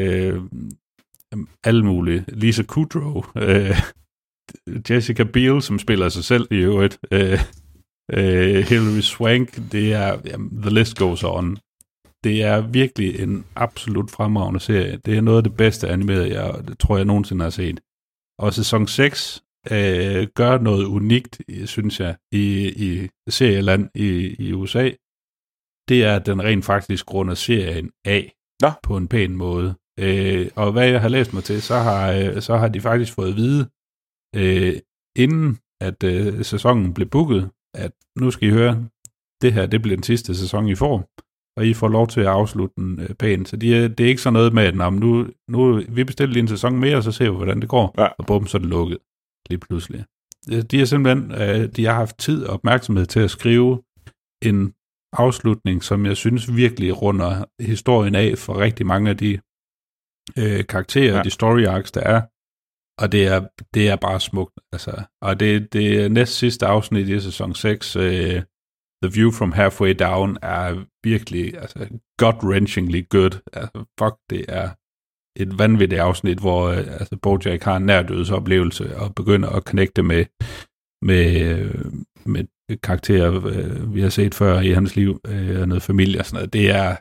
alle mulige, Lisa Kudrow, Jessica Biel, som spiller sig selv i øvrigt, Hilary Swank, det er, the list goes on. Det er virkelig en absolut fremragende serie. Det er noget af det bedste animerede, jeg tror, jeg nogensinde har set. Og sæson 6 gør noget unikt, synes jeg, i serieland i USA. Det er, at den rent faktisk runder serien af på en pæn måde. Og hvad jeg har læst mig til, så har de faktisk fået at vide, inden at sæsonen blev booket, at nu skal I høre, det her, det bliver den sidste sæson, I får, og I får lov til at afslutte den pænt. Så det er ikke sådan noget med, at nu vi bestiller lige en sæson mere, og så ser vi, hvordan det går, og bum, så er det lukket lige pludselig. De har simpelthen de har haft tid og opmærksomhed til at skrive en afslutning, som jeg synes virkelig runder historien af for rigtig mange af de karakterer, de story arcs, der er. Og det er bare smukt. Altså. Og det er næst sidste afsnit i sæson 6, The View from Halfway Down, er virkelig gut-wrenchingly good. Altså, fuck, det er et vanvittigt afsnit, hvor BoJack har en nærdødsoplevelse og begynder at connecte med karakterer, vi har set før i hans liv, og noget familie og sådan noget.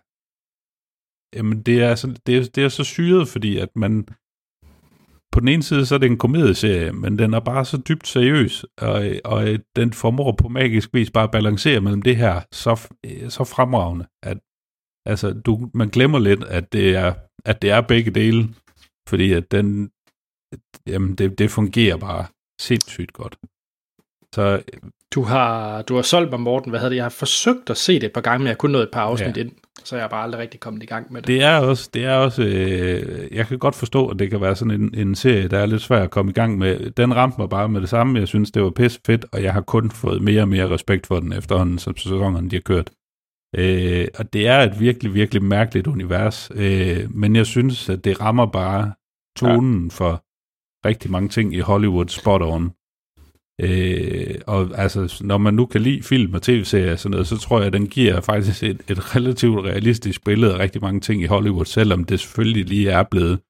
Det er så syret, fordi at man på den ene side, så er det en komedieserie, men den er bare så dybt seriøs, og den formår på magisk vis bare at balancere mellem det her så fremragende, at man glemmer lidt, at det er begge dele, fordi at det fungerer bare sindssygt godt. Så du har solgt mig, Morten. Jeg har forsøgt at se det et par gange, men jeg har kun nået et par afsnit ind, så jeg har bare aldrig rigtig kommet i gang med det. Det er også jeg kan godt forstå, at det kan være sådan en serie, der er lidt svær at komme i gang med. Den ramte mig bare med det samme. Jeg synes, det var pisse fedt, og jeg har kun fået mere og mere respekt for den efterhånden, som sæsonerne de har kørt. Og det er et virkelig, virkelig mærkeligt univers, men jeg synes, at det rammer bare tonen for rigtig mange ting i Hollywood spot on. Og altså, når man nu kan lide film og tv-serier og sådan noget, så tror jeg, at den giver faktisk et relativt realistisk billede af rigtig mange ting i Hollywood, selvom det selvfølgelig lige er blevet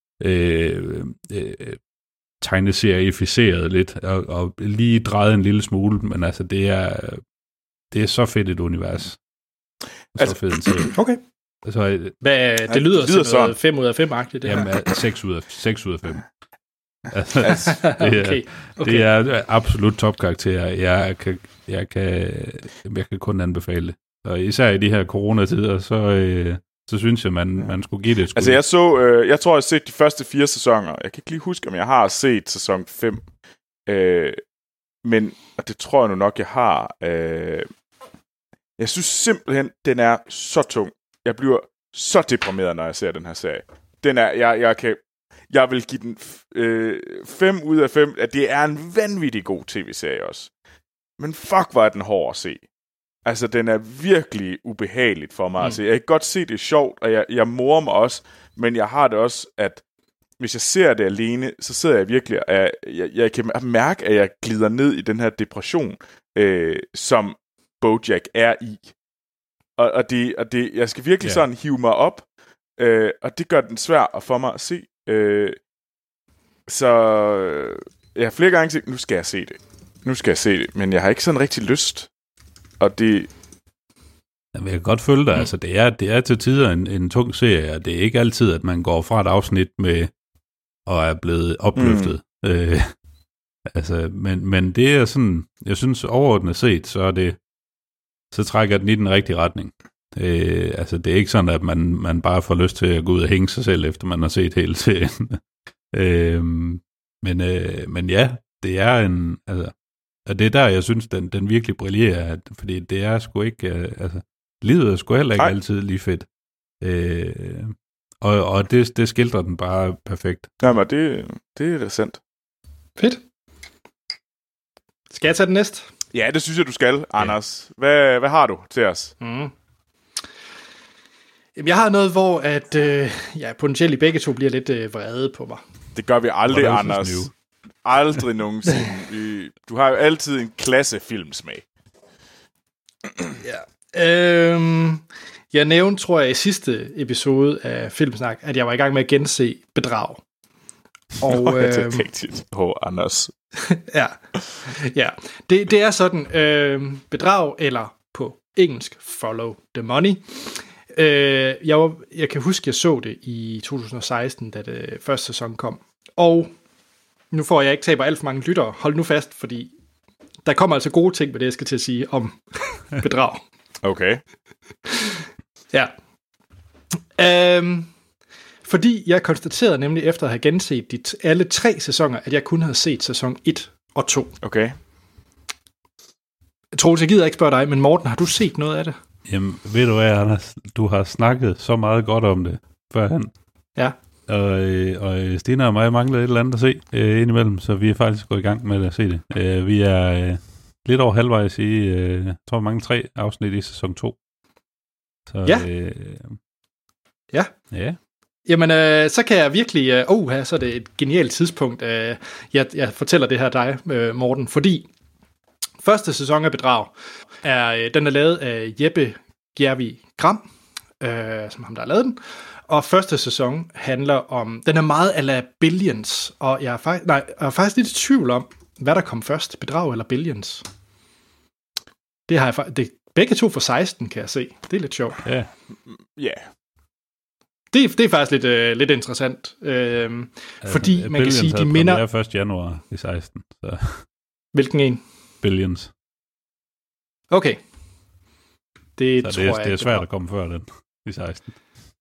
tegneserificeret lidt, og lige drejet en lille smule, men altså, det er så fedt et univers. Så fedt en serie. Okay. Altså, det lyder sådan 5 ud af 5-agtigt. Jamen, 6 ud af 5. Det er absolut topkarakter. Jeg kan kun anbefale. Og især i de her coronatider, så synes jeg, man skulle give det et skud. Altså jeg tror, jeg har set de første 4 sæsoner. Jeg kan ikke lige huske, om jeg har set sæson 5. Men, og det tror jeg nu nok, jeg har. Jeg synes simpelthen, den er så tung. Jeg bliver så deprimeret, når jeg ser den her serie. Den er, jeg vil give den 5 ud af 5, at det er en vanvittig god tv-serie også. Men fuck, hvor er den hård at se. Altså, den er virkelig ubehageligt for mig. Altså, jeg kan godt se, det er sjovt, og jeg morer mig også, men jeg har det også, at hvis jeg ser det alene, så sidder jeg virkelig, og jeg kan mærke, at jeg glider ned i den her depression, som BoJack er i. Og det, jeg skal virkelig sådan hive mig op, og det gør den svær for mig at se. Så jeg har flere gange sagt, nu skal jeg se det, men jeg har ikke sådan rigtig lyst. Og det... Jeg kan godt følge dig, altså det er til tider en tung serie, og det er ikke altid, at man går fra et afsnit med og er blevet opløftet. Men det er sådan, jeg synes overordnet set, så trækker den i den rigtige retning. Altså det er ikke sådan, at man bare får lyst til at gå ud og hænge sig selv, efter man har set hele serien. Men ja, det er en, altså, og det er der, jeg synes, den virkelig brillerer, fordi det er sgu ikke, livet er sgu heller ikke altid lige fedt. Og det skildrer den bare perfekt. Jamen, det er sandt. Fedt. Skal jeg tage den næste? Ja, det synes jeg, du skal, Anders. Hvad har du til os? Jamen, jeg har noget, hvor at, potentielt begge to bliver lidt vrede på mig. Det gør vi aldrig, Anders. Aldrig nogensinde. Du har jo altid en klasse filmsmag. Jeg nævnte, tror jeg, i sidste episode af Filmsnak, at jeg var i gang med at gense Bedrag. Og, det er rigtigt. Anders. ja. Det er sådan, Bedrag, eller på engelsk, Follow the Money. Jeg kan huske, jeg så det i 2016, da det første sæson kom. Og nu får jeg ikke taber alt for mange lyttere. Hold nu fast, fordi der kommer altså gode ting med det, jeg skal til at sige om Bedrag. Okay. Ja. Fordi jeg konstaterede nemlig efter at have genset alle 3 sæsoner, at jeg kun havde set sæson 1 og 2. Okay. Troels, jeg gider ikke spørge dig, men Morten, har du set noget af det? Jamen, ved du hvad, Anders? Du har snakket så meget godt om det førhen. Ja. Og Stine og mig manglede et eller andet at se indimellem, så vi er faktisk gået i gang med at se det. Vi er lidt over halvvejs i, tror mange 3 afsnit i sæson 2. Så, ja. Jamen, så kan jeg virkelig... så er det et genialt tidspunkt, jeg fortæller det her dig, Morten, fordi første sæson af Bedrag, den er lavet af Jeppe Gjervi Gram, som ham, der har lavet den, og første sæson handler om... Den er meget a la Billions, og jeg er faktisk lidt i tvivl om, hvad der kom først, Bedrag eller Billions. Det har jeg faktisk... Begge to fra 16, kan jeg se. Det er lidt sjovt. Ja. Ja. Det er faktisk lidt interessant, fordi man kan sige, de minder... Det er 1. januar i 16. Så. Hvilken en? Billions. Okay. Det er svært at komme før den i 16.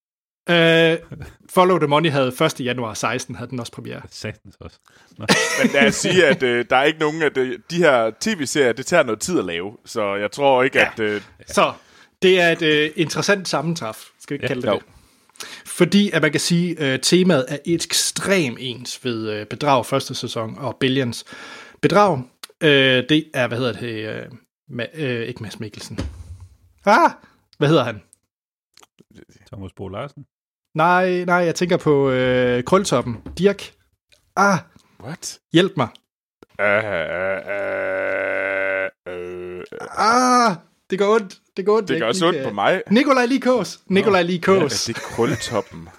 Follow the Money havde 1. januar 16, havde den også premiere. Sagtens også. Men lad os sige, at der er ikke nogen af de her tv-serier, det tager noget tid at lave, så jeg tror ikke, at... Så det er et interessant sammentræf, skal vi ikke kalde det. Fordi, at man kan sige, temaet er ekstremt ens ved Bedrag første sæson og Billions. Bedrag, det er, ikke Mads Mikkelsen. Hvad hedder han? Thomas Bo Larsen? Nej, jeg tænker på Krøltoppen. Dirk. What? Hjælp mig. Det går ondt. Det gør også ondt på mig. Nikolaj Likås. Ja, det er Krøltoppen.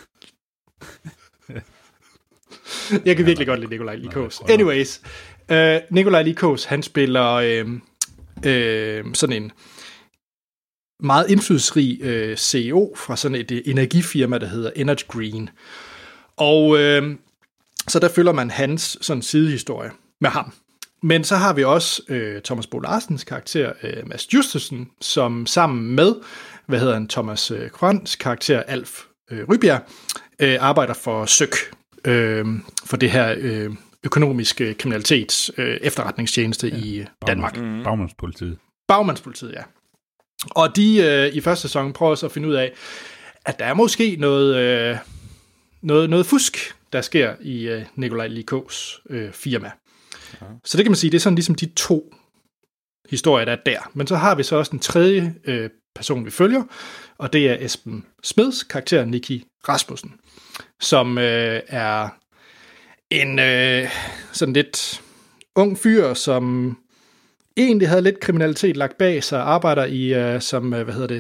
Jeg kan virkelig godt lide Nikolaj Likås. Anyways. Nikolaj Likås, han spiller sådan en meget indflydelsesrig CEO fra sådan et energifirma, der hedder Energy Green. Og så der følger man hans sådan sidehistorie med ham. Men så har vi også Thomas Bo Larsens karakter, Mads Justesen, som sammen med, Thomas Krøns karakter, Alf Rybjerg, arbejder for SØK, for det her økonomiske kriminalitets efterretningstjeneste i Danmark. Bagmandspolitiet, ja. Og de i første sæson prøver så at finde ud af, at der er måske noget fusk, der sker i Nikolaj Likås firma. Ja. Så det kan man sige, det er sådan ligesom de to historier, der er der. Men så har vi så også en tredje person, vi følger, og det er Esben Smeds karakter, Nicky Rasmussen, som er en sådan lidt ung fyr, som egentlig havde lidt kriminalitet lagt bag sig, arbejder i som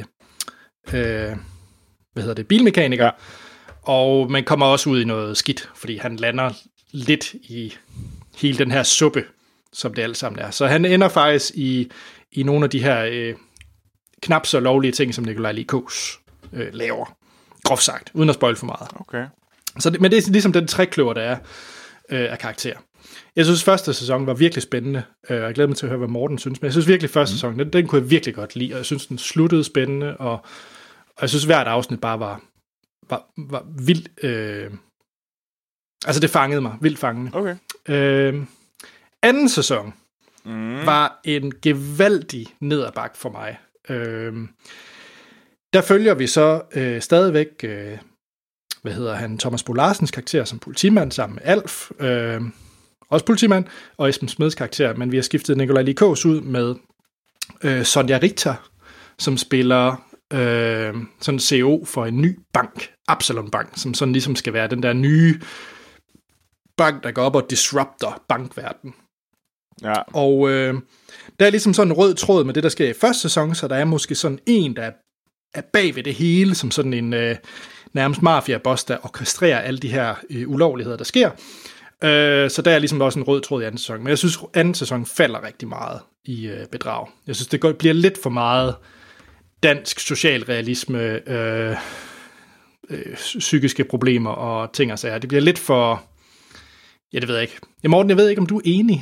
bilmekaniker, ja. Og man kommer også ud i noget skidt, fordi han lander lidt i hele den her suppe, som det alt sammen er. Så han ender faktisk i nogle af de her knap så lovlige ting, som Nikolaj Likås laver. Groft sagt, uden at spoil for meget. Okay. Men det er ligesom den trekløver, der er af karakter. Jeg synes, første sæson var virkelig spændende, og jeg glæder mig til at høre, hvad Morten synes, men jeg synes virkelig, første sæson, den kunne jeg virkelig godt lide, og jeg synes, den sluttede spændende, og jeg synes, hvert afsnit bare var vildt, altså det fangede mig, vildt fangende. Okay. Anden sæson var en gevaldig nederbak for mig. Der følger vi så stadigvæk, Thomas Bo Larsens karakter som politimand sammen med Alf, også politimand, og Esben Smeds karakter, men vi har skiftet Nikolaj Likås ud med Sonja Richter, som spiller sådan CEO for en ny bank, Absalon Bank, som sådan ligesom skal være den der nye bank, der går op og disrupter bankverdenen. Ja. Og der er ligesom sådan en rød tråd med det, der sker i første sæson, så der er måske sådan en, der er bag ved det hele, som sådan en nærmest mafia-boss, der orkestrerer alle de her ulovligheder, der sker. Så der er ligesom også en rød tråd i anden sæson. Men jeg synes, anden sæson falder rigtig meget i Bedrag. Jeg synes, det bliver lidt for meget dansk socialrealisme, psykiske problemer og ting og sager. Det bliver lidt for... Ja, det ved jeg ikke. Ja, Morten, jeg ved ikke, om du er enig?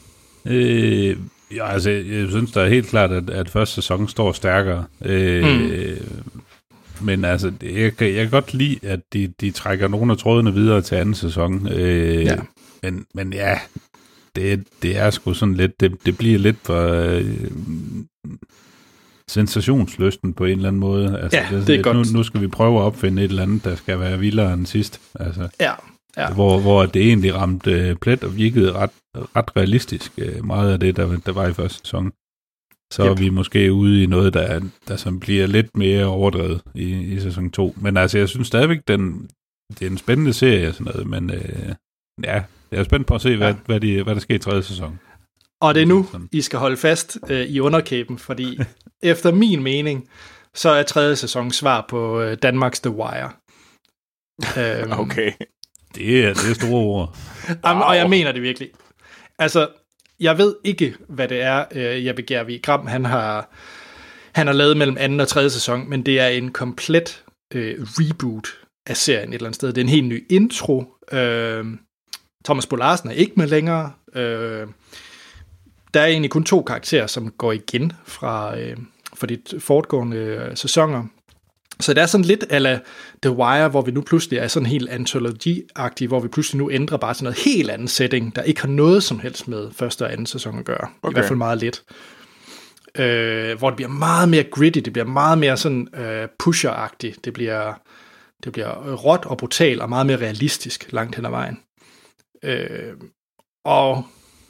Ja, altså, jeg synes da helt klart, at første sæson står stærkere. Men altså, jeg kan godt lide, at de trækker nogle af trådene videre til anden sæson. Ja. Men ja, det er sgu sådan lidt, det bliver lidt for sensationslysten på en eller anden måde. Altså, ja, det er godt. Nu skal vi prøve at opfinde et eller andet, der skal være vildere end sidst. Altså, ja. Hvor det egentlig ramte plet og virkede ret realistisk, meget af det, der var i første sæson. Så er vi måske ude i noget, der som bliver lidt mere overdrevet i sæson 2. Men altså, jeg synes stadigvæk, det er en spændende serie og sådan noget, men jeg er spændt på at se, hvad der sker i 3. sæson. Og det er nu, I skal holde fast i underkæben, fordi efter min mening, så er 3. sæson svar på Danmarks The Wire. Okay. Det er store ord. Wow. Og jeg mener det virkelig. Altså, jeg ved ikke, hvad det er, Jeppe Gervig Gram, han har lavet mellem 2. og 3. sæson, men det er en komplet reboot af serien et eller andet sted. Det er en helt ny intro. Thomas Bo Larsen er ikke med længere. Der er egentlig kun 2 karakterer, som går igen fra de fortgående sæsoner. Så det er sådan lidt a la The Wire, hvor vi nu pludselig er sådan helt anthology-agtige, hvor vi pludselig nu ændrer bare til noget helt andet setting, der ikke har noget som helst med 1. og 2. sæson at gøre. Okay. I hvert fald meget lidt. Hvor det bliver meget mere gritty, det bliver meget mere sådan pusher-agtigt, det bliver råt og brutal og meget mere realistisk langt hen ad vejen. Og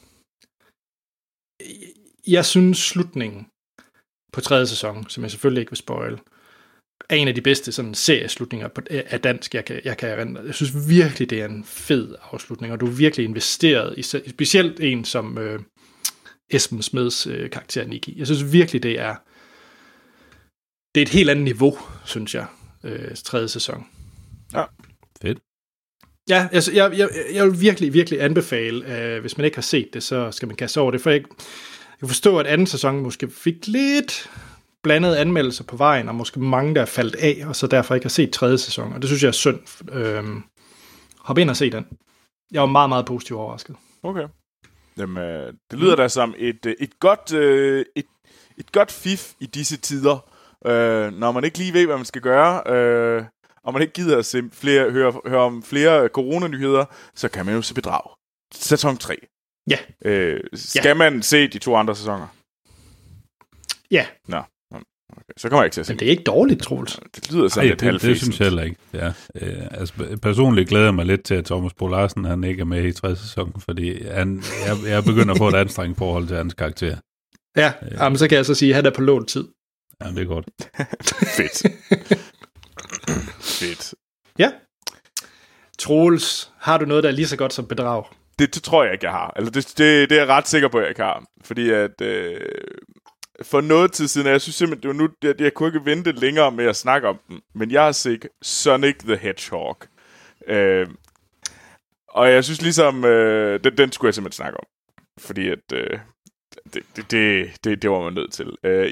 jeg synes slutningen på 3. sæson, som jeg selvfølgelig ikke vil spoil, er en af de bedste sådan serieslutninger af dansk, jeg kan erindre. Jeg synes virkelig, det er en fed afslutning, og du er virkelig investeret i specielt en som Esben Smeds karakter Nikki. Jeg synes virkelig, det er et helt andet niveau, synes jeg, 3. sæson. Ja, fedt. Ja, altså, jeg vil virkelig, virkelig anbefale, hvis man ikke har set det, så skal man kaste over det, for jeg kan forstå, at 2. sæson måske fik lidt blandede anmeldelser på vejen, og måske mange, der er faldt af, og så derfor ikke har set 3. sæson, og det synes jeg er synd. Hop ind og se den. Jeg var meget, meget positivt overrasket. Okay. Jamen, det lyder da som et godt fif i disse tider, når man ikke lige ved, hvad man skal gøre, og man ikke gider at høre om flere coronanyheder, så kan man jo se Bedrag. Sæson 3. Ja. Skal man se de 2 andre sæsoner? Ja. Nå. Okay. Så kommer jeg ikke til at se. Men det er ikke dårligt, Troels. Det lyder sådan lidt halvfæsent. Det synes jeg heller ikke. Ja. Altså, personligt glæder jeg mig lidt til, at Thomas Bo Larsen han ikke er med i 3. sæson, fordi jeg begynder at få et anstrengt forhold til hans karakter. Ja, men så kan jeg så sige, at han er på lånt tid. Ja, det er godt. Fedt. Fedt. Ja. Troels, har du noget, der er lige så godt som Bedrag? Det tror jeg ikke, jeg har. Altså, det er jeg ret sikker på, at jeg ikke har. Fordi at for noget tid siden, jeg synes simpelthen, det var nu, jeg kunne ikke vente længere med at snakke om den, men jeg har set Sonic the Hedgehog. Og jeg synes ligesom, den skulle jeg simpelthen snakke om. Fordi at det var man nødt til.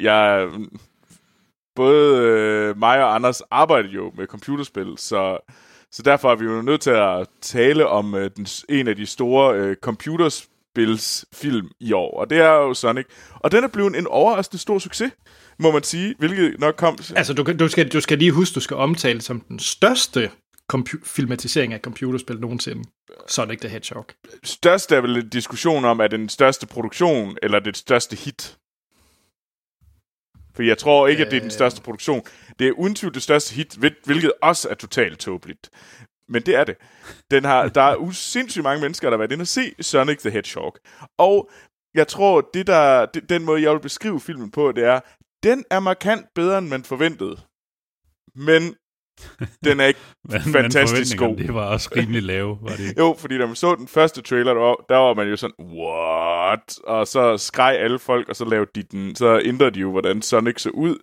Både mig og Anders arbejder jo med computerspil, så derfor er vi jo nødt til at tale om en af de store computerspilsfilm i år, og det er jo Sonic. Og den er blevet en overraskende stor succes, må man sige, hvilket nok kom... Altså, du skal lige huske, du skal omtale som den største filmatisering af computerspil nogensinde. Sonic the Hedgehog. Størst er vel en diskussion om, er det den største produktion, eller det største hit? For jeg tror ikke, at det er den største produktion. Det er uden tvivl det største hit, hvilket også er totalt tåbeligt. Men det er det. Der er sindssygt mange mennesker, der har været inde og se Sonic the Hedgehog. Og jeg tror, den måde, jeg vil beskrive filmen på, det er, den er markant bedre, end man forventede. Men den er ikke fantastisk god. Det var også rimelig lave, var det ikke? Jo, fordi da man så den første trailer, der var man jo sådan, what? Og så skreg alle folk, og så lavede de den, så ændrede de jo, hvordan Sonic så ud.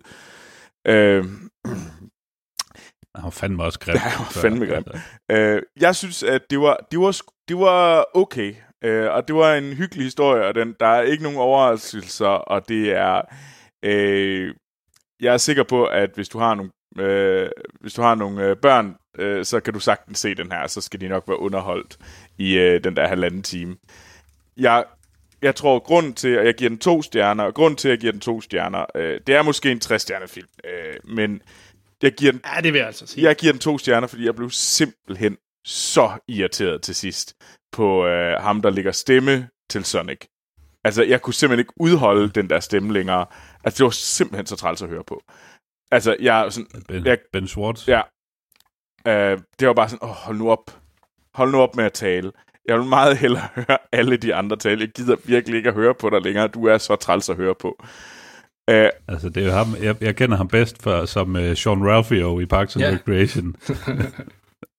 Han var fandme også grim. Ja, han var fandme grim. Jeg synes, at det var okay. Og det var en hyggelig historie, og der er ikke nogen overraskelser, og det er... jeg er sikker på, at hvis du har nogle børn, så kan du sagtens se den her, så skal de nok være underholdt i den der 1,5 time. Jeg tror, grunden til, at jeg giver den 2 stjerner, og grunden til, at jeg giver den 2 stjerner, det er måske en 3-stjernet film, men jeg giver den... Ja, det vil jeg altså sige. Jeg giver den 2 stjerner, fordi jeg blev simpelthen så irriteret til sidst på ham, der lægger stemme til Sonic. Altså, jeg kunne simpelthen ikke udholde den der stemme længere. Altså, det var simpelthen så træls at høre på. Altså, Ben Schwartz? Ja. Det var bare sådan, hold nu op med at tale. Jeg vil meget hellere høre alle de andre tale. Jeg gider virkelig ikke at høre på dig længere. Du er så træls at høre på. Altså, det er jo ham. Jeg kender ham bedst som Sean Ralphio i Parks and Recreation.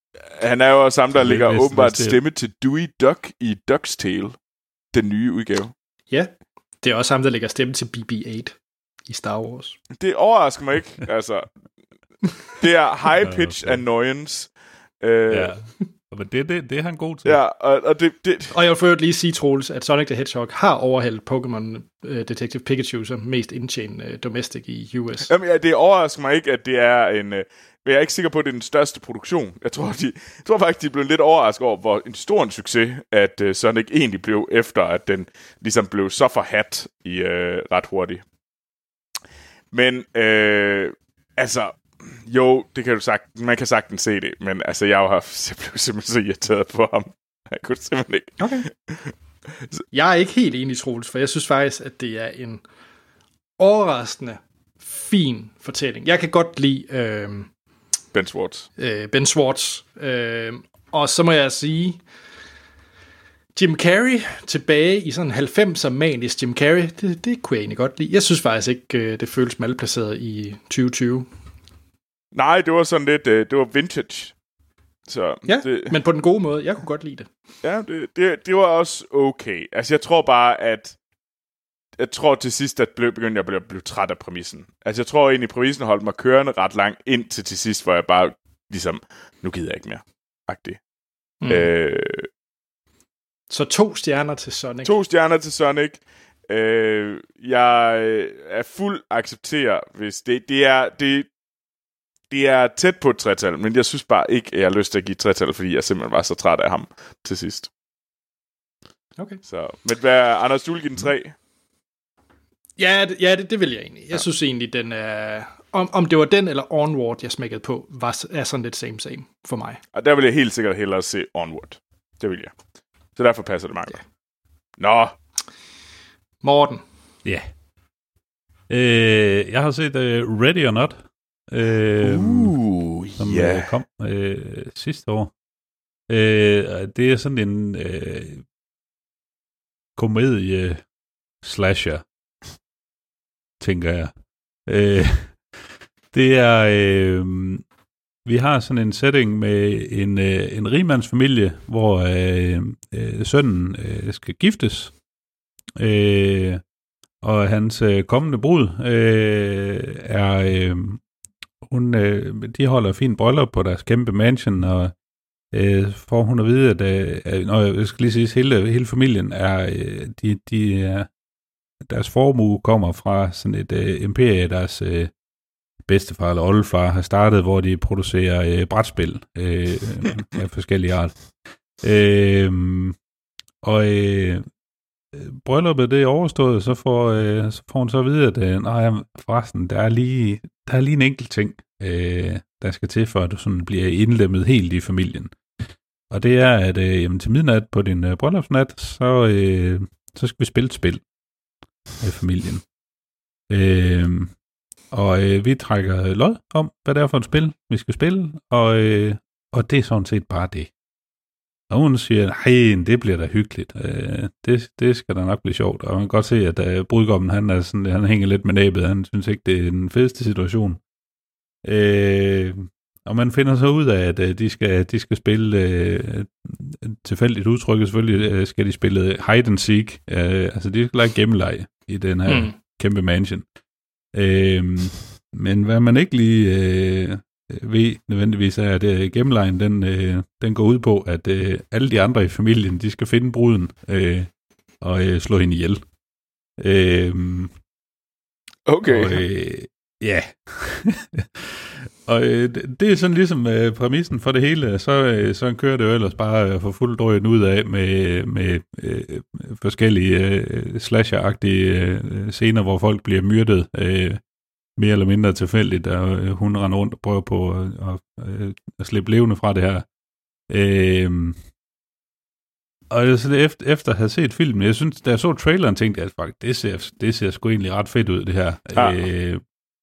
Han er jo også sammen, der ligger åbenbart stemme til Dewey Duck i Duck's Tale, den nye udgave. Ja, det er også ham, der lægger stemme til BB-8 i Star Wars. Det overrasker mig ikke, altså. Det er high-pitch annoyance. Ja, men det er han god til. Ja, og det... Og jeg vil for øvrigt lige sige, Troels, at Sonic the Hedgehog har overhældt Pokémon Detective Pikachu som mest indtjenende domestic i US. Jamen, ja, det overrasker mig ikke, at det er en... Men jeg er ikke sikker på, at det er den største produktion. Jeg tror faktisk, de blev lidt overrasket over, hvor en stor succes, at Sonic egentlig blev, efter at den ligesom blev så forhat i ret hurtigt. Men, altså... Jo, det kan du sagt. Man kan sagtens se det, men altså, jeg blev simpelthen så irriteret på ham. Jeg kunne simpelthen ikke. Okay. Jeg er ikke helt enig, Troels, for jeg synes faktisk, at det er en overraskende fin fortælling. Jeg kan godt lide Ben Schwartz. Ben Schwartz. Og så må jeg sige, Jim Carrey tilbage i sådan 90'er manisk Jim Carrey, det kunne jeg egentlig godt lide. Jeg synes faktisk ikke, det føles malplaceret i 2020. Nej, det var sådan lidt, det var vintage. Så ja, men på den gode måde. Jeg kunne godt lide det. Ja, det var også okay. Altså, jeg tror bare, at til sidst, at begyndte jeg at blive træt af præmissen. Altså, jeg tror egentlig, præmissen holdt mig kørende ret langt ind til sidst, hvor jeg bare ligesom, nu gider jeg ikke mere. Agtigt. Så 2 stjerner til Sonic. 2 stjerner til Sonic. Jeg er fuld accepterer, hvis det er tæt på et 3-tal, men jeg synes bare ikke, at jeg har lyst til at give et 3-tal, fordi jeg simpelthen var så træt af ham til sidst. Okay. Så, men hvad, Anders, du vil give den 3? Ja, det vil jeg egentlig. Jeg synes egentlig, den er... Om det var den eller Onward, jeg smækkede på, er sådan lidt same for mig. Og der vil jeg helt sikkert hellere se Onward. Det vil jeg. Så derfor passer det meget godt. Nå. Morten. Ja. Jeg har set Ready or Not. Som kom sidste år. Det er sådan en komedie-slasher, tænker jeg. Det er... vi har sådan en setting med en rigmandsfamilie, hvor sønnen skal giftes. Og hans kommende brud er... de holder fint bryllup på deres kæmpe mansion, og får hun at vide, at jeg skal lige sige, hele familien er deres formue kommer fra sådan et imperie, deres bedstefar eller oldefar har startet, hvor de producerer brætspil af forskellige art. Brylluppet det er overstået, så får hun så at vide, at forresten, der er lige en enkelt ting, der skal til, for at du sådan bliver indlemmet helt i familien. Og det er, at til midnat på din bryllupsnat, så skal vi spille et spil med familien. Vi trækker lod om, hvad det er for et spil, vi skal spille, og det er sådan set bare det. Og hun siger, nej, det bliver da hyggeligt. Det skal da nok blive sjovt. Og man kan godt se, at brudgommen, han hænger lidt med næbet. Han synes ikke, det er den fedeste situation. Og man finder så ud af, at de skal spille, tilfældigt udtrykket selvfølgelig, skal de spille hide and seek. Altså, de skal lege gemmeleg i den her kæmpe mansion. Men hvad man ikke lige ved nødvendigvis er, at gemmelegen, den går ud på, at alle de andre i familien, de skal finde bruden og slå hende ihjel. Okay. Ja. Og det er sådan ligesom præmissen for det hele. Så kører det jo ellers bare for fuldt drøjen ud af med forskellige slasher-agtige scener, hvor folk bliver myrdet mere eller mindre tilfældigt, og hun render rundt og prøver på at slippe levende fra det her. Og så efter at have set filmen, jeg synes, da jeg så traileren, tænkte jeg, at faktisk, det ser sgu egentlig ret fedt ud, det her. Ja.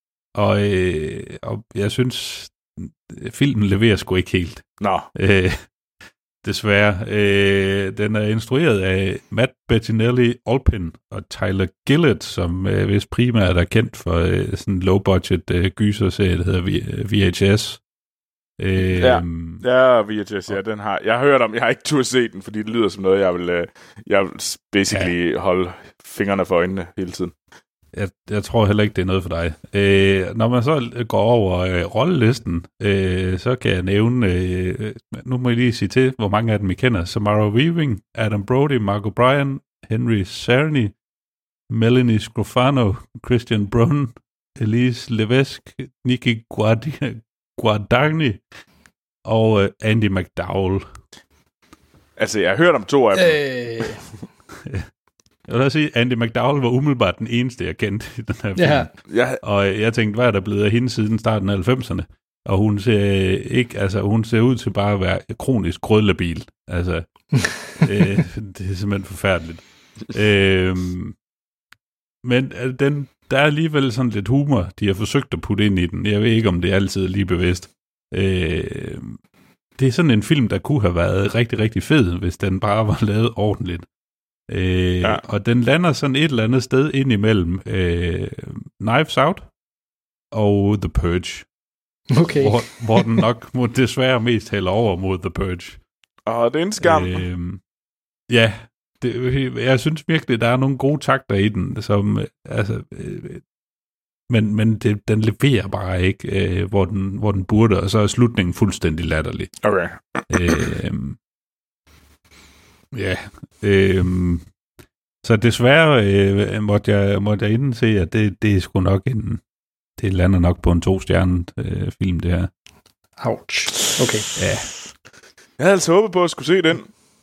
Og jeg synes, filmen leverer sgu ikke helt. Nå. Desværre. Den er instrueret af Matt Bettinelli-Olpin og Tyler Gillett, som hvis primært er kendt for sådan en low-budget gyserserie, der hedder VHS. Ja, VHS, ja, den har jeg har hørt om. Jeg har ikke turde se den, fordi det lyder som noget, jeg vil basically holde fingrene for øjnene hele tiden. Jeg tror heller ikke, det er noget for dig. Når man så går over rollelisten, så kan jeg nævne, nu må jeg lige sige til, hvor mange af dem I kender. Samara Weaving, Adam Brody, Mark O'Brien, Henry Czerny, Melanie Scrofano, Christian Brun, Elise Levesque, Nikki Guardagni og Andy McDowell. Altså, jeg har hørt om 2 af dem. Jeg vil da sige, Andy McDowell var umiddelbart den eneste, jeg kendte i den her film. Ja. Og jeg tænkte, hvad er der blevet af hende siden starten af 90'erne? Og hun ser ud til bare at være kronisk grødlabil. Altså, det er simpelthen forfærdeligt. Men der er alligevel sådan lidt humor, de har forsøgt at putte ind i den. Jeg ved ikke, om det er altid lige bevidst. Det er sådan en film, der kunne have været rigtig, rigtig fed, hvis den bare var lavet ordentligt. Og den lander sådan et eller andet sted ind imellem Knives Out og The Purge. Okay. Hvor den nok desværre mest hælder over mod The Purge. Det er en skam. Ja, jeg synes virkelig, der er nogle gode takter i den, som men den leverer bare ikke, hvor den burde, og så er slutningen fuldstændig latterlig. Okay. Så desværre måtte jeg indse, at det er sgu nok det lander nok på en 2-stjernet film, det her. Ouch. Okay. Ja. Jeg havde altså håbet på at skulle se den.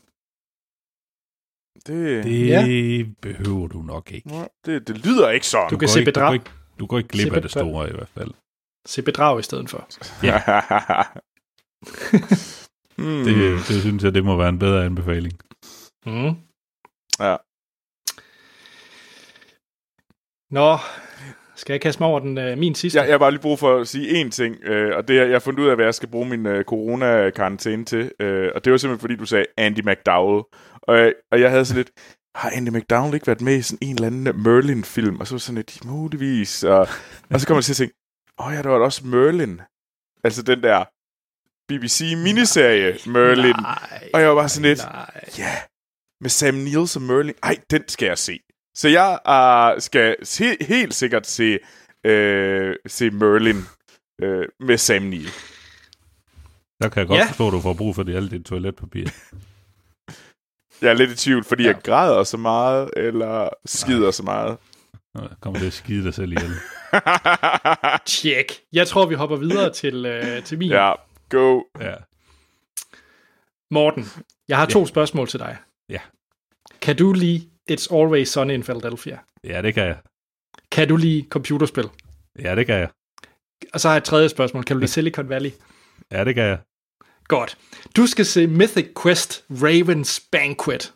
Det behøver du nok ikke. Det lyder ikke sådan. Du kan se bedrag. Du går ikke glip af det store i hvert fald. Se bedrag i stedet for. Ja. Det synes jeg, det må være en bedre anbefaling. Mm. Ja. Nå, skal jeg kaste mig over min sidste? Jeg har bare lige brug for at sige én ting, og det er, jeg har fundet ud af, hvad jeg skal bruge min corona-karantæne til, og det var simpelthen, fordi du sagde Andy McDowell, og jeg havde sådan lidt, har Andy McDowell ikke været med i sådan en eller anden Merlin-film, og så var sådan lidt, muligvis, og så kommer jeg til at tænke, ja, der var også Merlin, altså den der BBC-miniserie Merlin, og jeg var bare sådan lidt, med Sam Neill som Merlin, den skal jeg se. Så jeg skal helt sikkert se Merlin med Sam Neill. Der kan jeg godt forstå, at du får brug for alt dit toiletpapir. Jeg er lidt i tvivl, fordi jeg græder så meget, eller skider så meget. Kommer det at skide dig selv ihjel? Tjek. Jeg tror, vi hopper videre til min. Ja, go. Ja. Morten, jeg har 2 spørgsmål til dig. Ja. Kan du lide It's Always Sunny in Philadelphia? Ja, det kan jeg. Kan du lide computerspil? Ja, det kan jeg. Og så har jeg et 3. spørgsmål. Kan du lide Silicon Valley? Ja, det kan jeg. Godt. Du skal se Mythic Quest Raven's Banquet.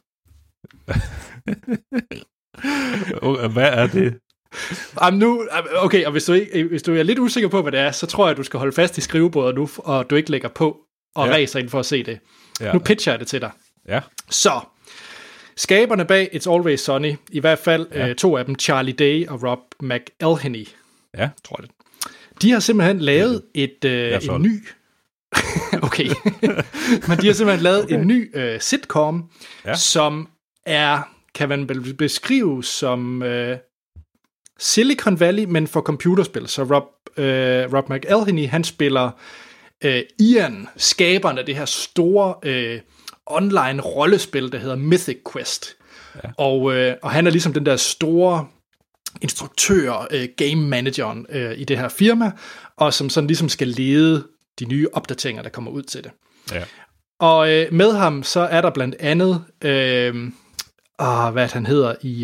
Hvad er det? Okay, og hvis du er lidt usikker på, hvad det er, så tror jeg, at du skal holde fast i skrivebordet nu, og du ikke lægger på og ræser ind for at se det. Ja. Nu pitcher jeg det til dig. Ja. Så, skaberne bag It's Always Sunny, i hvert fald 2 af dem, Charlie Day og Rob McElhenney, tror jeg det. De har simpelthen lavet en ny... Okay. Men de har simpelthen lavet en ny sitcom, som kan man beskrive som Silicon Valley, men for computerspil. Så Rob McElhenney, han spiller Ian, skaberen af det her store online rollespil, der hedder Mythic Quest. Ja. Og han er ligesom den der store instruktør, game manageren i det her firma, og som sådan ligesom skal lede de nye opdateringer, der kommer ud til det. Ja. Og med ham, så er der blandt andet, hvad han hedder i...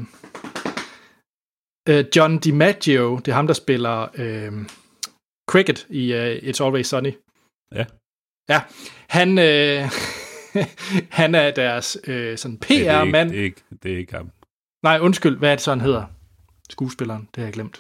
John DiMaggio, det er ham, der spiller Cricket i It's Always Sunny. Ja. Ja, han, han er deres sådan PR-mand. Det er ikke ham. Nej, undskyld, hvad er det så, han hedder? Skuespilleren, det har jeg glemt.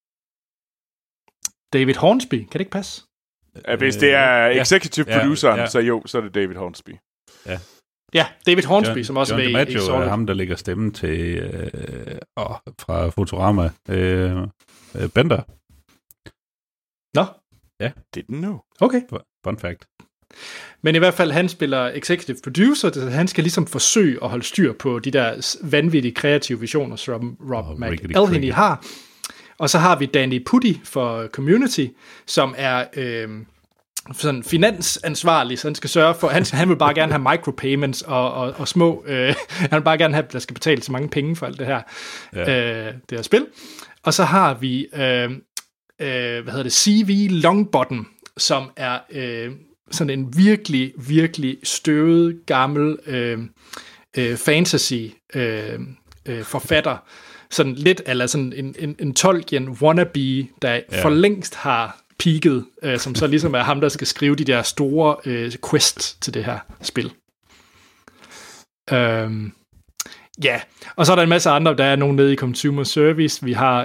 David Hornsby, kan det ikke passe? Hvis det er executive produceren, så er det David Hornsby. Ja. Ja, David Hornsby, som også John DiMaggio er ham, der lægger stemmen til fra Futurama. Bender. Nå. Ja. Didn't know. Okay. Fun fact. Men i hvert fald, han spiller executive producer, så han skal ligesom forsøge at holde styr på de der vanvittige kreative visioner, som Rob McElhenney har. Og så har vi Danny Pudi for Community, som er sådan finansansvarlig, så han skal sørge for, han vil bare gerne have micropayments og små, han vil bare gerne have, at der skal betales så mange penge for alt det her, det her spil. Og så har vi, CV Longbottom, som er sådan en virkelig, virkelig støvet, gammel fantasy forfatter, sådan lidt, eller sådan en Tolkien wannabe, der for længst har peaked, som så ligesom er ham, der skal skrive de der store quests til det her spil. Og så er der en masse andre, der er nogen nede i Consumer Service, vi har,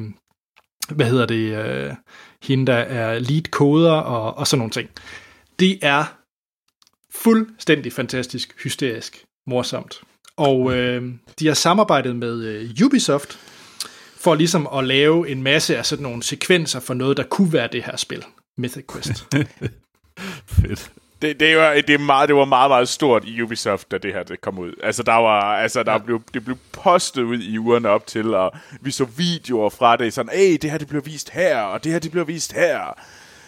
hende, der er lead-koder og sådan nogle ting. Det er fuldstændig fantastisk, hysterisk, morsomt. Og de har samarbejdet med Ubisoft for ligesom at lave en masse af sådan nogle sekvenser for noget, der kunne være det her spil, Mythic Quest. Fedt. Det var meget, meget stort i Ubisoft, da det her det kom ud. Det blev postet ud i ugerne op til, og vi så videoer fra det, sådan, det her det bliver vist her, og det her det bliver vist her.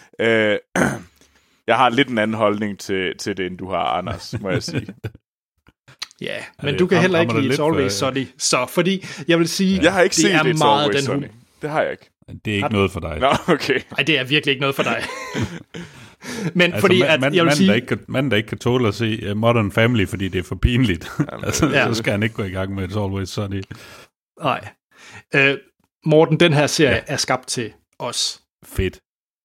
Jeg har lidt en anden holdning til det, end du har, Anders, må jeg sige. Ja, men du kan heller ikke lide It's Always Sunny. Så, fordi jeg vil sige, jeg har ikke set It's Always Sunny. Det har jeg ikke. Det er ikke noget for dig. Nå, okay. Nej, det er virkelig ikke noget for dig. Men altså, fordi at jeg vil sige... Manden, der ikke kan tåle at se Modern Family, fordi det er for pinligt. Så skal han ikke gå i gang med It's Always Sunny. Nej. Morten, den her serie er skabt til os. Fedt.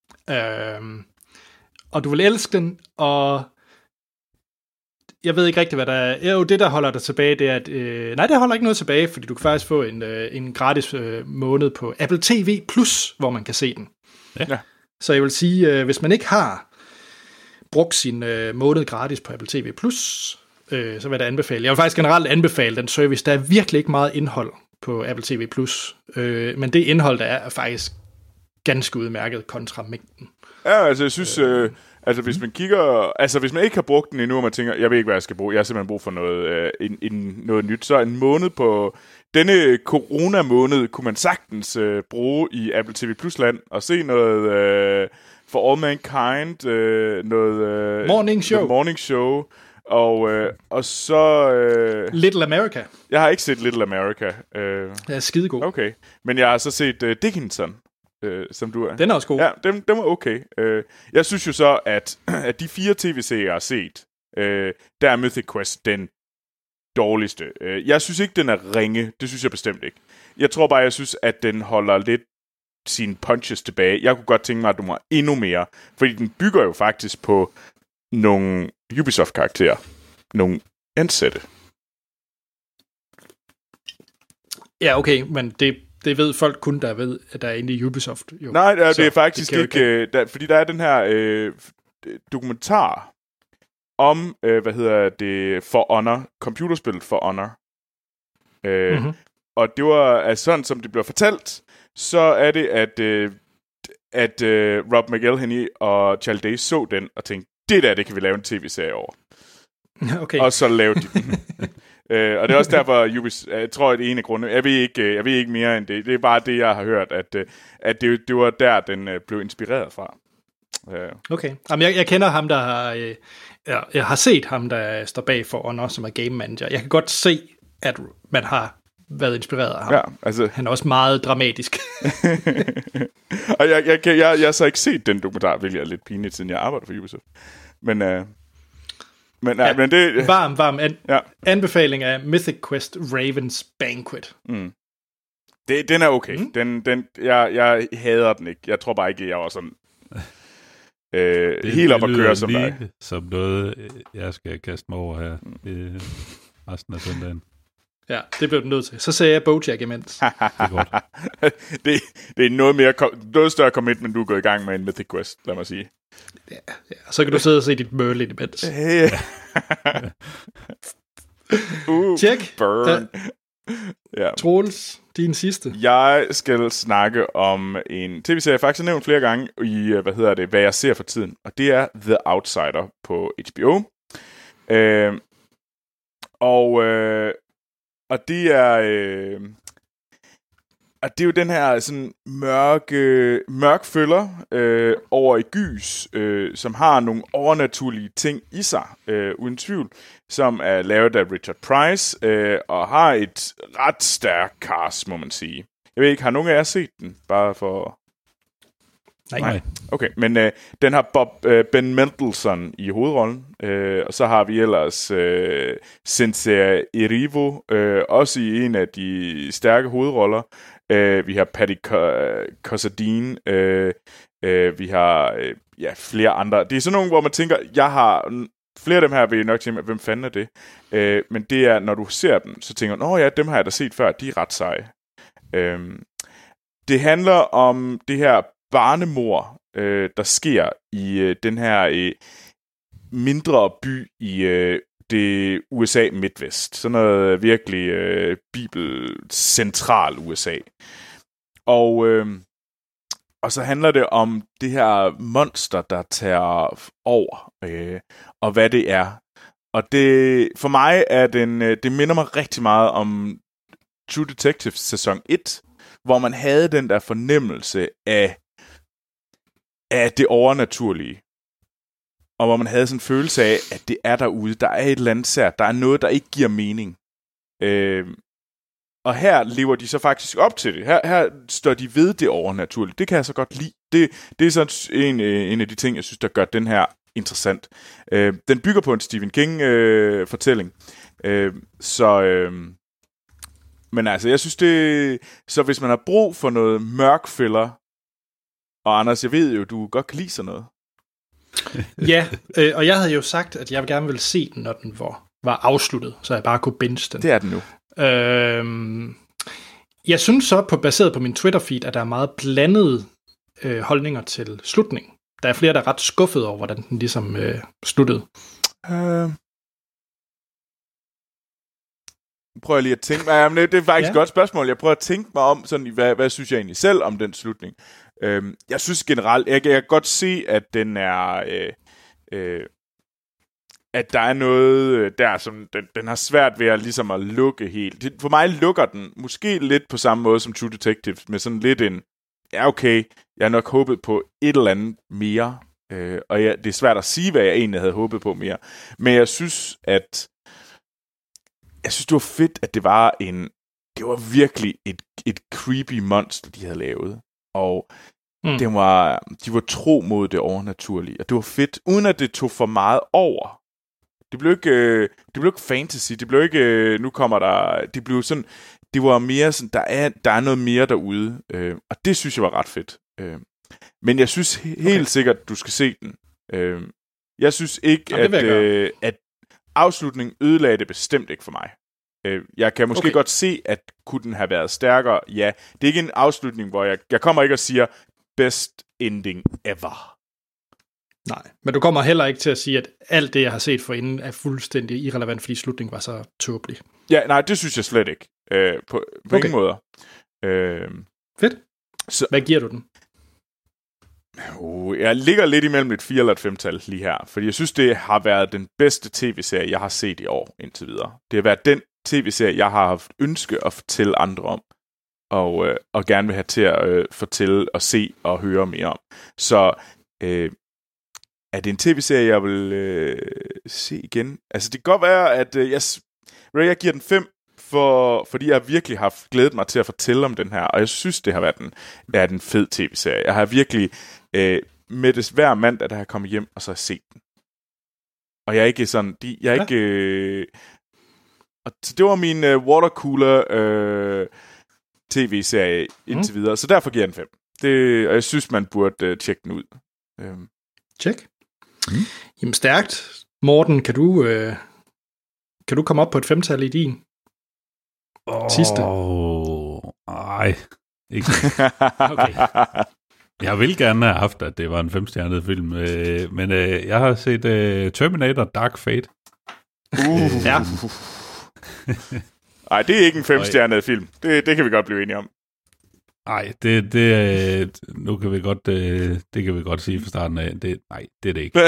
Og du vil elske den, og jeg ved ikke rigtig, hvad der er. Jo, det, der holder dig tilbage, det er, at... nej, det holder ikke noget tilbage, fordi du kan faktisk få en gratis måned på Apple TV+, hvor man kan se den. Ja. Så jeg vil sige, hvis man ikke har brugt sin måned gratis på Apple TV+, så vil jeg da anbefale. Jeg vil faktisk generelt anbefale den service. Der er virkelig ikke meget indhold på Apple TV+, men det indhold, der er faktisk ganske udmærket kontra mængden. Ja, altså jeg synes... hvis man kigger... Altså, hvis man ikke har brugt den endnu, og man tænker, jeg ved ikke, hvad jeg skal bruge. Jeg har simpelthen brug for noget, noget nyt. Så en måned på... Denne corona-måned kunne man sagtens bruge i Apple TV Plus-land og se noget For All Mankind, noget... Morning Show. Og så... Little America. Jeg har ikke set Little America. Det er skidegod. Okay. Men jeg har så set Dickinson. Som du er. Den er også god. Ja, den var okay. Jeg synes jo så, at de 4 tv-serier, jeg har set, der er Mythic Quest den dårligste. Jeg synes ikke, den er ringe. Det synes jeg bestemt ikke. Jeg tror bare, jeg synes, at den holder lidt sine punches tilbage. Jeg kunne godt tænke mig, at du må endnu mere. Fordi den bygger jo faktisk på nogle Ubisoft-karakterer. Nogle ansatte. Ja, okay, men det ved folk kun, der ved, at der er inde i Ubisoft. Jo. Nej, det er faktisk ikke... fordi der er den her dokumentar om, For Honor, computerspillet For Honor. Og det var sådan, som det blev fortalt, så er det, at Rob McElhenney og Charlie Day så den og tænkte, det kan vi lave en tv-serie over. Okay. Og så lavede de den. Og det er også derfor, jeg tror, at en af grundene, jeg ved ikke mere end det. Det er bare det, jeg har hørt, at det var der, den blev inspireret fra. Okay. Jamen, jeg kender ham, der har... jeg har set ham, der står bag for Honor, som er game manager. Jeg kan godt se, at man har været inspireret af ham. Ja, altså... Han er også meget dramatisk. Og jeg har så ikke set den dokumentar, hvilket er lidt pinligt, siden jeg arbejder for Ubisoft. Men det... Varm anbefaling af Mythic Quest Raven's Banquet. Den er okay. Jeg hader den ikke. Jeg tror bare ikke, jeg var sådan helt op at køre som dig. Som noget, jeg skal kaste mig over her resten af søndagen. Ja, det blev den nødt til. Så sagde jeg BoJack imens. Det er godt. det er noget større commitment, du er gået i gang med en Mythic Quest, lad mig sige. Ja, så kan du sidde og se dit Merlin imens. Check. Burn. Troels, din sidste. Jeg skal snakke om en tv-serie, jeg faktisk har nævnt flere gange i, hvad jeg ser for tiden. Og det er The Outsider på HBO. Og det er... Og det er jo den her sådan mørk følger over i gys, som har nogle overnaturlige ting i sig, uden tvivl, som er lavet af Richard Price, og har et ret stærkt cast, må man sige. Jeg ved ikke, har nogen af jer set den? Bare for... Nej. Okay, men den har Ben Mendelsohn i hovedrollen, og så har vi ellers Cynthia Erivo, også i en af de stærke hovedroller. Vi har Patty Cossadine, vi har flere andre. Det er sådan nogle, hvor man tænker, jeg har flere af dem her, vil jeg nok tænke, hvem fanden er det? Men det er, når du ser dem, så tænker du, ja, dem har jeg da set før, de er ret seje. Det handler om det her barnemord, der sker i den her mindre by i det USA Midwest. Sådan noget virkelig bibelcentral USA. Og så handler det om det her monster, der tager over, og hvad det er. Og det, for mig er det minder mig rigtig meget om True Detective sæson 1, hvor man havde den der fornemmelse af det overnaturlige. Og hvor man havde sådan en følelse af, at det er derude. Der er et eller andet sært. Der er noget, der ikke giver mening. Og her lever de så faktisk op til det. Her står de ved det overnaturlige. Det kan jeg så godt lide. Det er sådan en af de ting, jeg synes, der gør den her interessant. Den bygger på en Stephen King-fortælling. Men altså, jeg synes det... Så hvis man har brug for noget mørk filler, og Anders, jeg ved jo, du godt kan lide sådan noget. Ja, og jeg havde jo sagt, at jeg gerne ville se den, når den var afsluttet, så jeg bare kunne binge den. Det er den nu. Jeg synes så, baseret på min Twitter-feed, at der er meget blandede holdninger til slutningen. Der er flere, der er ret skuffet over, hvordan den ligesom sluttede. Prøver lige at tænke mig... Jamen, det er faktisk et godt spørgsmål. Jeg prøver at tænke mig om, sådan, hvad synes jeg egentlig selv om den slutning. Jeg synes generelt... Jeg kan godt se, at den er... at der er noget der, som den har svært ved at, ligesom at lukke helt. For mig lukker den måske lidt på samme måde som True Detective, med sådan lidt en... Ja, okay, jeg har nok håbet på et eller andet mere. Og det er svært at sige, hvad jeg egentlig havde håbet på mere. Men jeg synes, det var fedt, at det var virkelig et creepy monster, de havde lavet. Og de var tro mod det overnaturlige. Og det var fedt, uden at det tog for meget over. Det blev ikke fantasy. Det blev ikke, nu kommer der... Det blev sådan... Det var mere sådan, der er noget mere derude. Og det synes jeg var ret fedt. Men jeg synes helt sikkert, du skal se den. Jeg synes ikke, at afslutningen ødelagde det bestemt ikke for mig. Jeg kan måske godt se, at kunne den have været stærkere. Ja, det er ikke en afslutning, hvor jeg kommer ikke og siger, best ending ever. Nej, men du kommer heller ikke til at sige, at alt det, jeg har set forinden, er fuldstændig irrelevant, fordi slutningen var så tåbelig. Ja, nej, det synes jeg slet ikke. På ingen måder. Fedt. Så, hvad giver du den? Jeg ligger lidt imellem et 4 eller et 5-tal lige her, fordi jeg synes, det har været den bedste tv-serie, jeg har set i år indtil videre. Det har været den tv-serie, jeg har haft ønske at fortælle andre om, og gerne vil have til at fortælle og se og høre mere om. Så er det en tv-serie, jeg vil se igen? Altså, det kan godt være, at jeg giver den 5, fordi jeg virkelig har glædet mig til at fortælle om den her, og jeg synes, det har været en fed tv-serie. Jeg har virkelig med det hver mandag, der har kommet hjem, og så har set den. Og jeg er ikke sådan... Så det var min watercooler tv-serie indtil videre, så derfor giver jeg den 5. Og jeg synes, man burde tjekke den ud. Tjek. Jamen stærkt. Morten, kan du komme op på et 5-tal i din sidste? Nej, ikke. Okay. Jeg vil gerne have haft, at det var en 5-stjernet film, men jeg har set Terminator Dark Fate. Ja. Nej, det er ikke en 5-stjernet film. Det kan vi godt blive enige om. Nej, nu kan vi godt, det kan vi godt sige fra starten af. Nej, det er det ikke.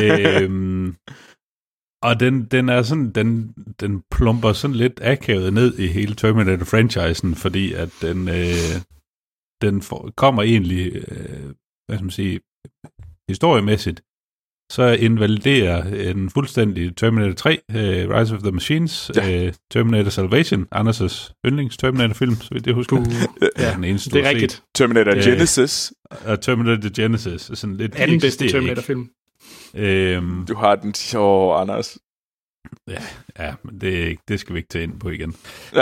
Og den er sådan, den plumper sådan lidt akavet ned i hele Terminator-franchisen, fordi at den kommer egentlig, hvad skal man sige, historiemæssigt, så invaliderer en fuldstændig Terminator 3, Rise of the Machines, Terminator Salvation, Anders' yndlings Terminator-film, så vidt jeg husker. Den eneste, det er rigtigt. Terminator Genesis. Og Terminator Genesis er sådan lidt... Anden bedste Terminator-film. Du har den Anders. Ja, men det skal vi ikke tage ind på igen.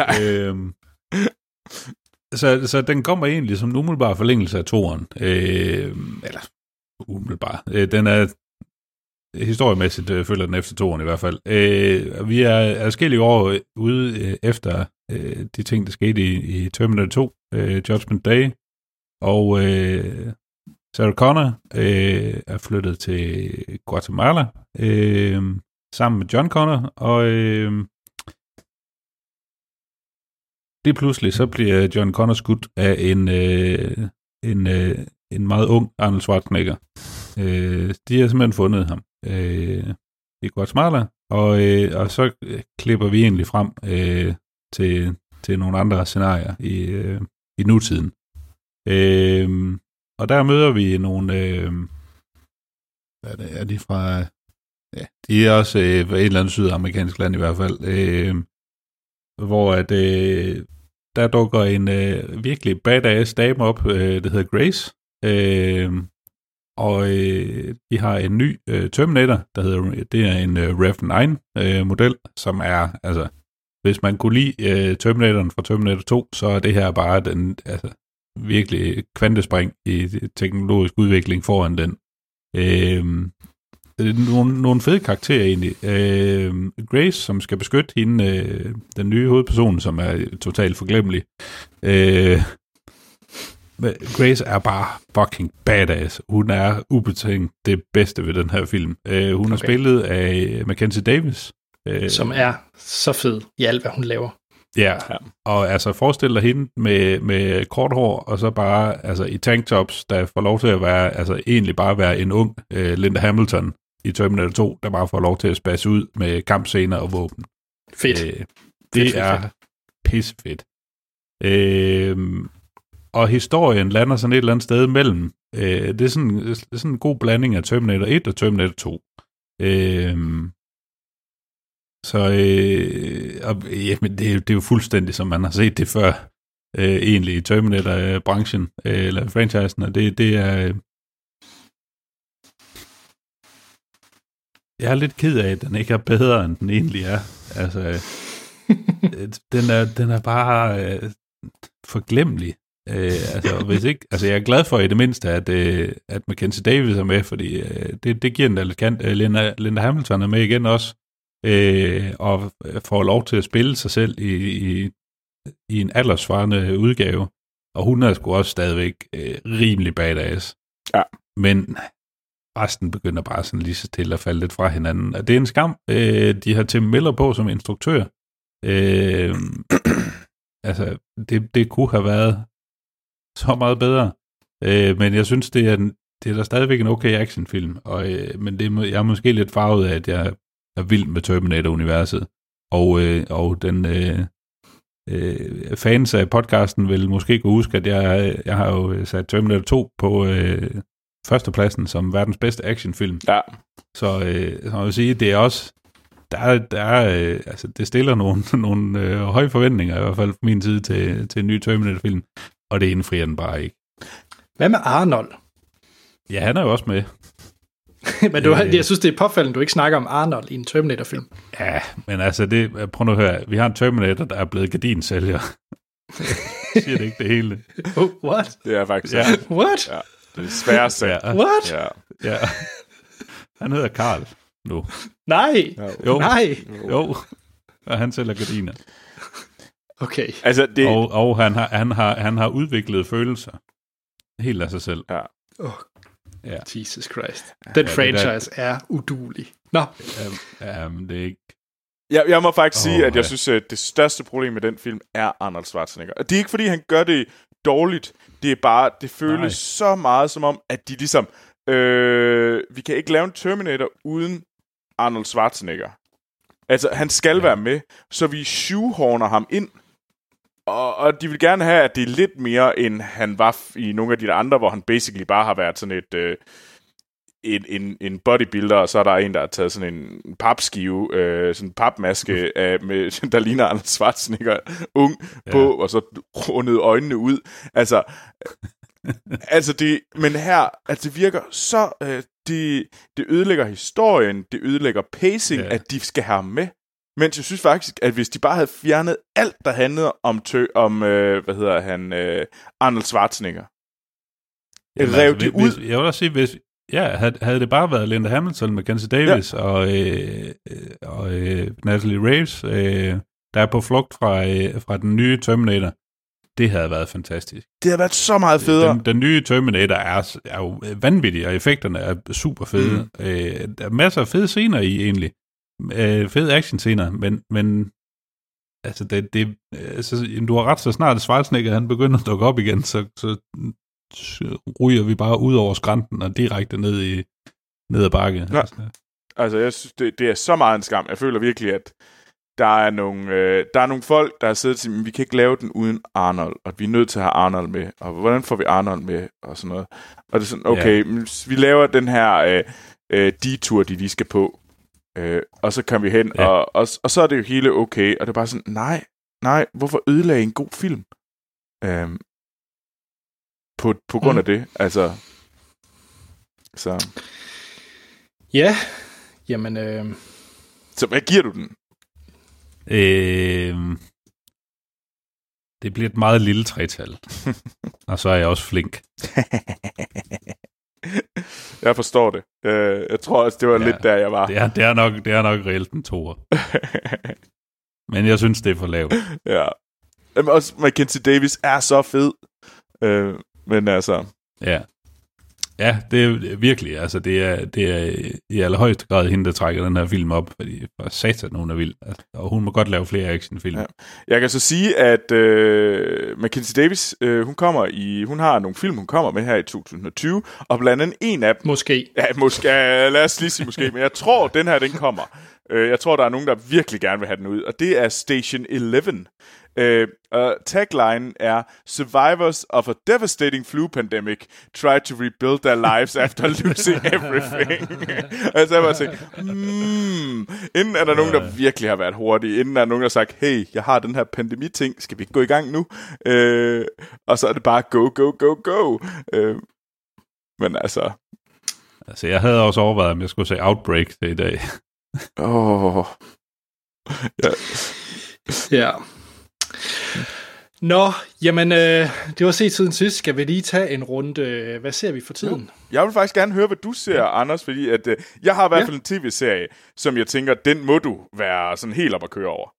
Så den kommer egentlig som en umiddelbar forlængelse af toeren. Eller umiddelbar. Den er historiemæssigt følger den efter toeren i hvert fald. Vi er adskillige år ude efter de ting, der skete i Terminator 2, Judgment Day, og Sarah Connor er flyttet til Guatemala sammen med John Connor, og lige pludselig så bliver John Connor skudt af en meget ung Arnold Schwarzenegger. De har simpelthen fundet ham i Guatemala, og så klipper vi egentlig frem til nogle andre scenarier i nutiden. Og der møder vi nogle... hvad er de fra... Ja, de er også et eller andet sydamerikansk land i hvert fald. Hvor at, der dukker en virkelig badass dame op, der hedder Grace. Og de har en ny Terminator, det er en Rev 9 model, som er, altså, hvis man kunne lide Terminatoren fra Terminator 2, så er det her bare den, altså, virkelig kvantespring i teknologisk udvikling foran den. Nogle fede karakterer egentlig. Grace, som skal beskytte hende, den nye hovedperson, som er totalt forglemmelig. Grace er bare fucking badass. Hun er ubetinget det bedste ved den her film. Hun er spillet af Mackenzie Davis. Som er så fed i alt, hvad hun laver. Ja, og altså forestil dig hende med kort hår, og så bare altså i tanktops, der får lov til at være, altså egentlig bare være en ung Linda Hamilton i Terminator 2, der bare får lov til at spasse ud med kampscener og våben. Fedt. Det er pissefedt. Og historien lander sådan et eller andet sted mellem. Det er sådan en god blanding af Terminator 1 og Terminator 2. Men det er jo fuldstændig, som man har set det før, egentlig i Terminator-branchen, eller franchisen, og det er... Jeg er lidt ked af, at den ikke er bedre, end den egentlig er. Altså, den er bare forglemmelig. Hvis ikke, altså jeg er glad for i det mindste, at Mackenzie Davis er med, fordi det giver den da lidt kant. Linda Hamilton er med igen også, og får lov til at spille sig selv i en alderssvarende udgave, og hun er sgu også stadigvæk rimelig badass. Ja. Men resten begynder bare sådan lige så stille at falde lidt fra hinanden. Og det er en skam. De har Tim Miller på som instruktør. Altså, det kunne have været så meget bedre. Men jeg synes, det er da stadigvæk en okay actionfilm. Men jeg er måske lidt farvet af, at jeg er vild med Terminator-universet. Og den fans af podcasten vil måske kunne huske, at jeg har jo sat Terminator 2 på førstepladsen som verdens bedste actionfilm. Ja. Så jeg vil sige, det er også altså det stiller nogle høje forventninger, i hvert fald fra min side til en ny Terminator-film, og det indfrier den bare ikke. Hvad med Arnold? Ja, han er jo også med. Men jeg synes, det er påfaldende, du ikke snakker om Arnold i en Terminator-film. Ja, men altså, prøv nu at høre, vi har en Terminator, der er blevet gardinsælger. Siger det ikke det hele? What? Det er faktisk... Ja. What? Ja, det er svært sagt. Ja. What? Ja. Han hedder Karl nu. Nej. Jo. Og han sælger gardiner. Okay. Altså, det... Og han har udviklet følelser. Helt af sig selv. Ja. Ja. Jesus Christ. Den franchise er uduelig. Nå. Men det er ikke... Jeg må faktisk sige, at jeg synes, at det største problem med den film er Arnold Schwarzenegger. Og det er ikke, fordi han gør det dårligt. Det er bare, det føles så meget som om, at de ligesom, vi kan ikke lave en Terminator uden Arnold Schwarzenegger. Altså, han skal være med, så vi shoehorner ham ind. Og de vil gerne have, at det er lidt mere, end han var i nogle af de andre, hvor han basically bare har været sådan en bodybuilder, og så er der en, der har taget sådan en papskive, sådan en papmaske, med, der ligner Arnold Schwarzenegger ung på, og så rundet øjnene ud. Altså det, men her, altså det virker så, det ødelægger historien, det ødelægger pacing, at de skal have ham med. Mens jeg synes faktisk, at hvis de bare havde fjernet alt, der handlede om Arnold Schwarzenegger. Rev det ud. Jeg vil også sige, havde det bare været Linda Hamilton, Mackenzie Davis og Natalie Reyes, der er på flugt fra den nye Terminator, det havde været fantastisk. Det havde været så meget federe. Den nye Terminator er jo vanvittig, og effekterne er super fede. Der er masser af fede scener i, egentlig. Fede action-scener, men altså, du har ret, så snart Schwarzenegger han begynder at dukke op igen, så ryger vi bare ud over skrænten og direkte ned ad bakke. Ja. Altså, jeg synes, det er så meget en skam. Jeg føler virkelig, at der er nogle folk, der har siddet og sagt, vi kan ikke lave den uden Arnold, og vi er nødt til at have Arnold med, og hvordan får vi Arnold med, og sådan noget. Og det er sådan, okay, vi laver den her detur, de lige skal på, og så kan vi hen, og så er det jo hele okay, og det er bare sådan, nej, hvorfor ødelagde en god film? På grund af det, altså. Så. Ja, jamen. Så hvad giver du den? Det bliver et meget lille tretal. Og så er jeg også flink. Jeg forstår det. Jeg tror også, det var lidt der, jeg var. Det er nok reelt en toer. Men jeg synes, det er for lavt. Ja. Men også Mackenzie Davis er så fed. Men altså. Ja, det er virkelig, altså det er i allerhøjeste grad hende, der trækker den her film op, fordi for satan, hun er vild, altså, og hun må godt lave flere actionfilm. Ja. Jeg kan så sige, at Mackenzie Davis, hun har nogle film, hun kommer med her i 2020, og blandt andet en af dem. Måske. Ja, lad os lige sige måske, men jeg tror, den her, den kommer. Jeg tror, der er nogen, der virkelig gerne vil have den ud, og det er Station 11. Tagline er Survivors of a devastating flu pandemic try to rebuild their lives after losing everything. Altså jeg bare sige, inden er der nogen, der virkelig har været hurtige, inden er der nogen, der har sagt, hey, jeg har den her pandemi-ting, skal vi ikke gå i gang nu? Og så er det bare go. Men altså, jeg havde også overvejet, om jeg skulle sige Outbreak det i dag. Ja. Nå, jamen, det var set siden sidst. Skal vi lige tage en runde? Hvad ser vi for tiden? Jeg vil faktisk gerne høre, hvad du ser, Anders, fordi at, jeg har i hvert fald en tv-serie, som jeg tænker, den må du være sådan helt op at køre over.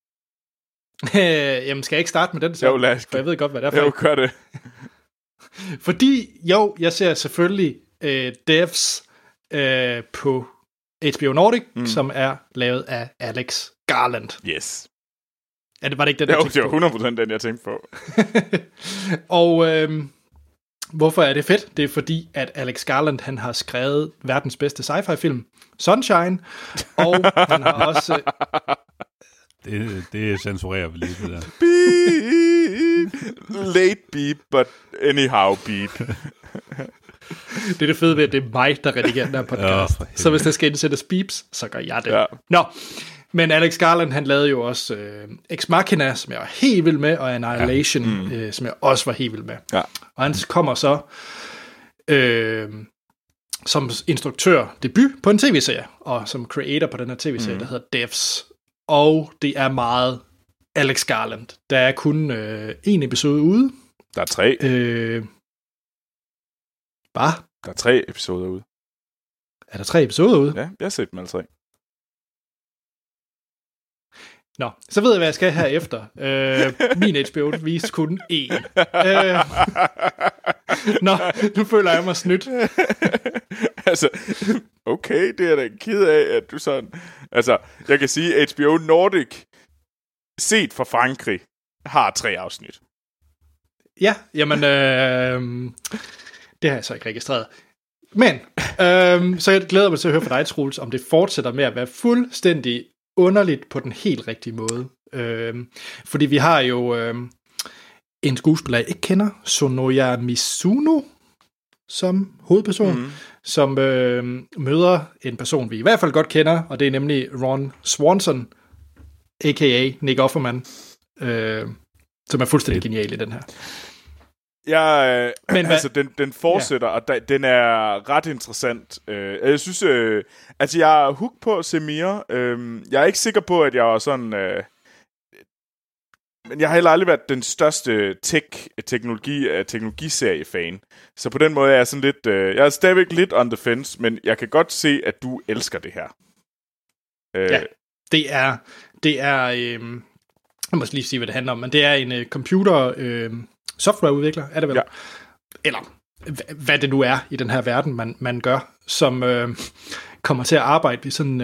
Jamen, skal jeg ikke starte med den så? Jo, lad os. For jeg ved godt, hvad det er for. Jo, gør det. Fordi, jeg ser selvfølgelig Devs på HBO Nordic, som er lavet af Alex Garland. Yes. Ja, det var det ikke den, jeg tænkte på. Det var 100% den, jeg tænkte på. Og hvorfor er det fedt? Det er fordi, at Alex Garland, han har skrevet verdens bedste sci-fi film, Sunshine, og han har også... Det censurerer vi lige, det der. Beep. Late beep, but anyhow beep. Det er det fede ved, at det er mig, der redigerer den her podcast. Så hvis der skal indsættes beeps, så gør jeg det. Ja. Nå, men Alex Garland, han lavede jo også Ex Machina, som jeg var helt vild med, og Annihilation, som jeg også var helt vild med. Ja. Og han kommer så som instruktør debut på en tv-serie, og som creator på den her tv-serie, der hedder Devs. Og det er meget Alex Garland. Der er kun en episode ude. Der er 3. Hvad? Der er 3 episoder ude. Er der 3 episoder ude? Ja, jeg har set dem alle 3. Nå, så ved jeg, hvad jeg skal her efter. Min HBO viste kun 1. Nå, nu føler jeg mig snydt. Altså, okay, det er da ked af, at du sådan... Altså, jeg kan sige, at HBO Nordic, set fra Frankrig, har 3 afsnit. Ja, jamen, det har jeg så ikke registreret. Men, så jeg glæder mig til at høre fra dig, Troels, om det fortsætter med at være fuldstændig underligt på den helt rigtige måde. Fordi vi har jo en skuespiller, jeg ikke kender, Sonoya Mizuno, som hovedperson, som møder en person, vi i hvert fald godt kender, og det er nemlig Ron Swanson, a.k.a. Nick Offerman, som er fuldstændig genial i den her. Men altså, den fortsætter, og den er ret interessant. Jeg synes, altså, jeg er hooked på at se mere. Jeg er ikke sikker på, at jeg er sådan... men jeg har heller aldrig været den største teknologiserie-fan. Så på den måde er jeg sådan lidt... jeg er stadigvæk lidt on the fence, men jeg kan godt se, at du elsker det her. Ja, det er jeg må lige sige, hvad det handler om, men det er en computer softwareudvikler, er det vel? Ja. Eller hvad det nu er i den her verden, man gør, som kommer til at arbejde ved sådan...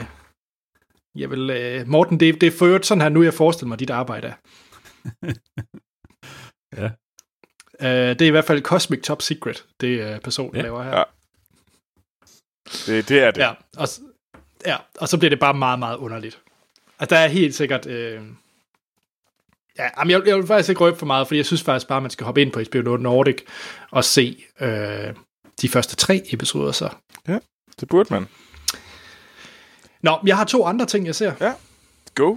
Morten, det er for øvrigt sådan her, nu jeg forestiller mig, dit arbejde er. Ja. Det er i hvert fald Cosmic Top Secret, det personen laver her. Ja. Det er det. Ja, og så bliver det bare meget, meget underligt. Altså, der er helt sikkert... jeg vil faktisk ikke røbe for meget, fordi jeg synes faktisk bare, at man skal hoppe ind på HBO Nordic og se de første 3 episoder så. Ja, det burde man. Nå, jeg har 2 andre ting, jeg ser. Ja, go.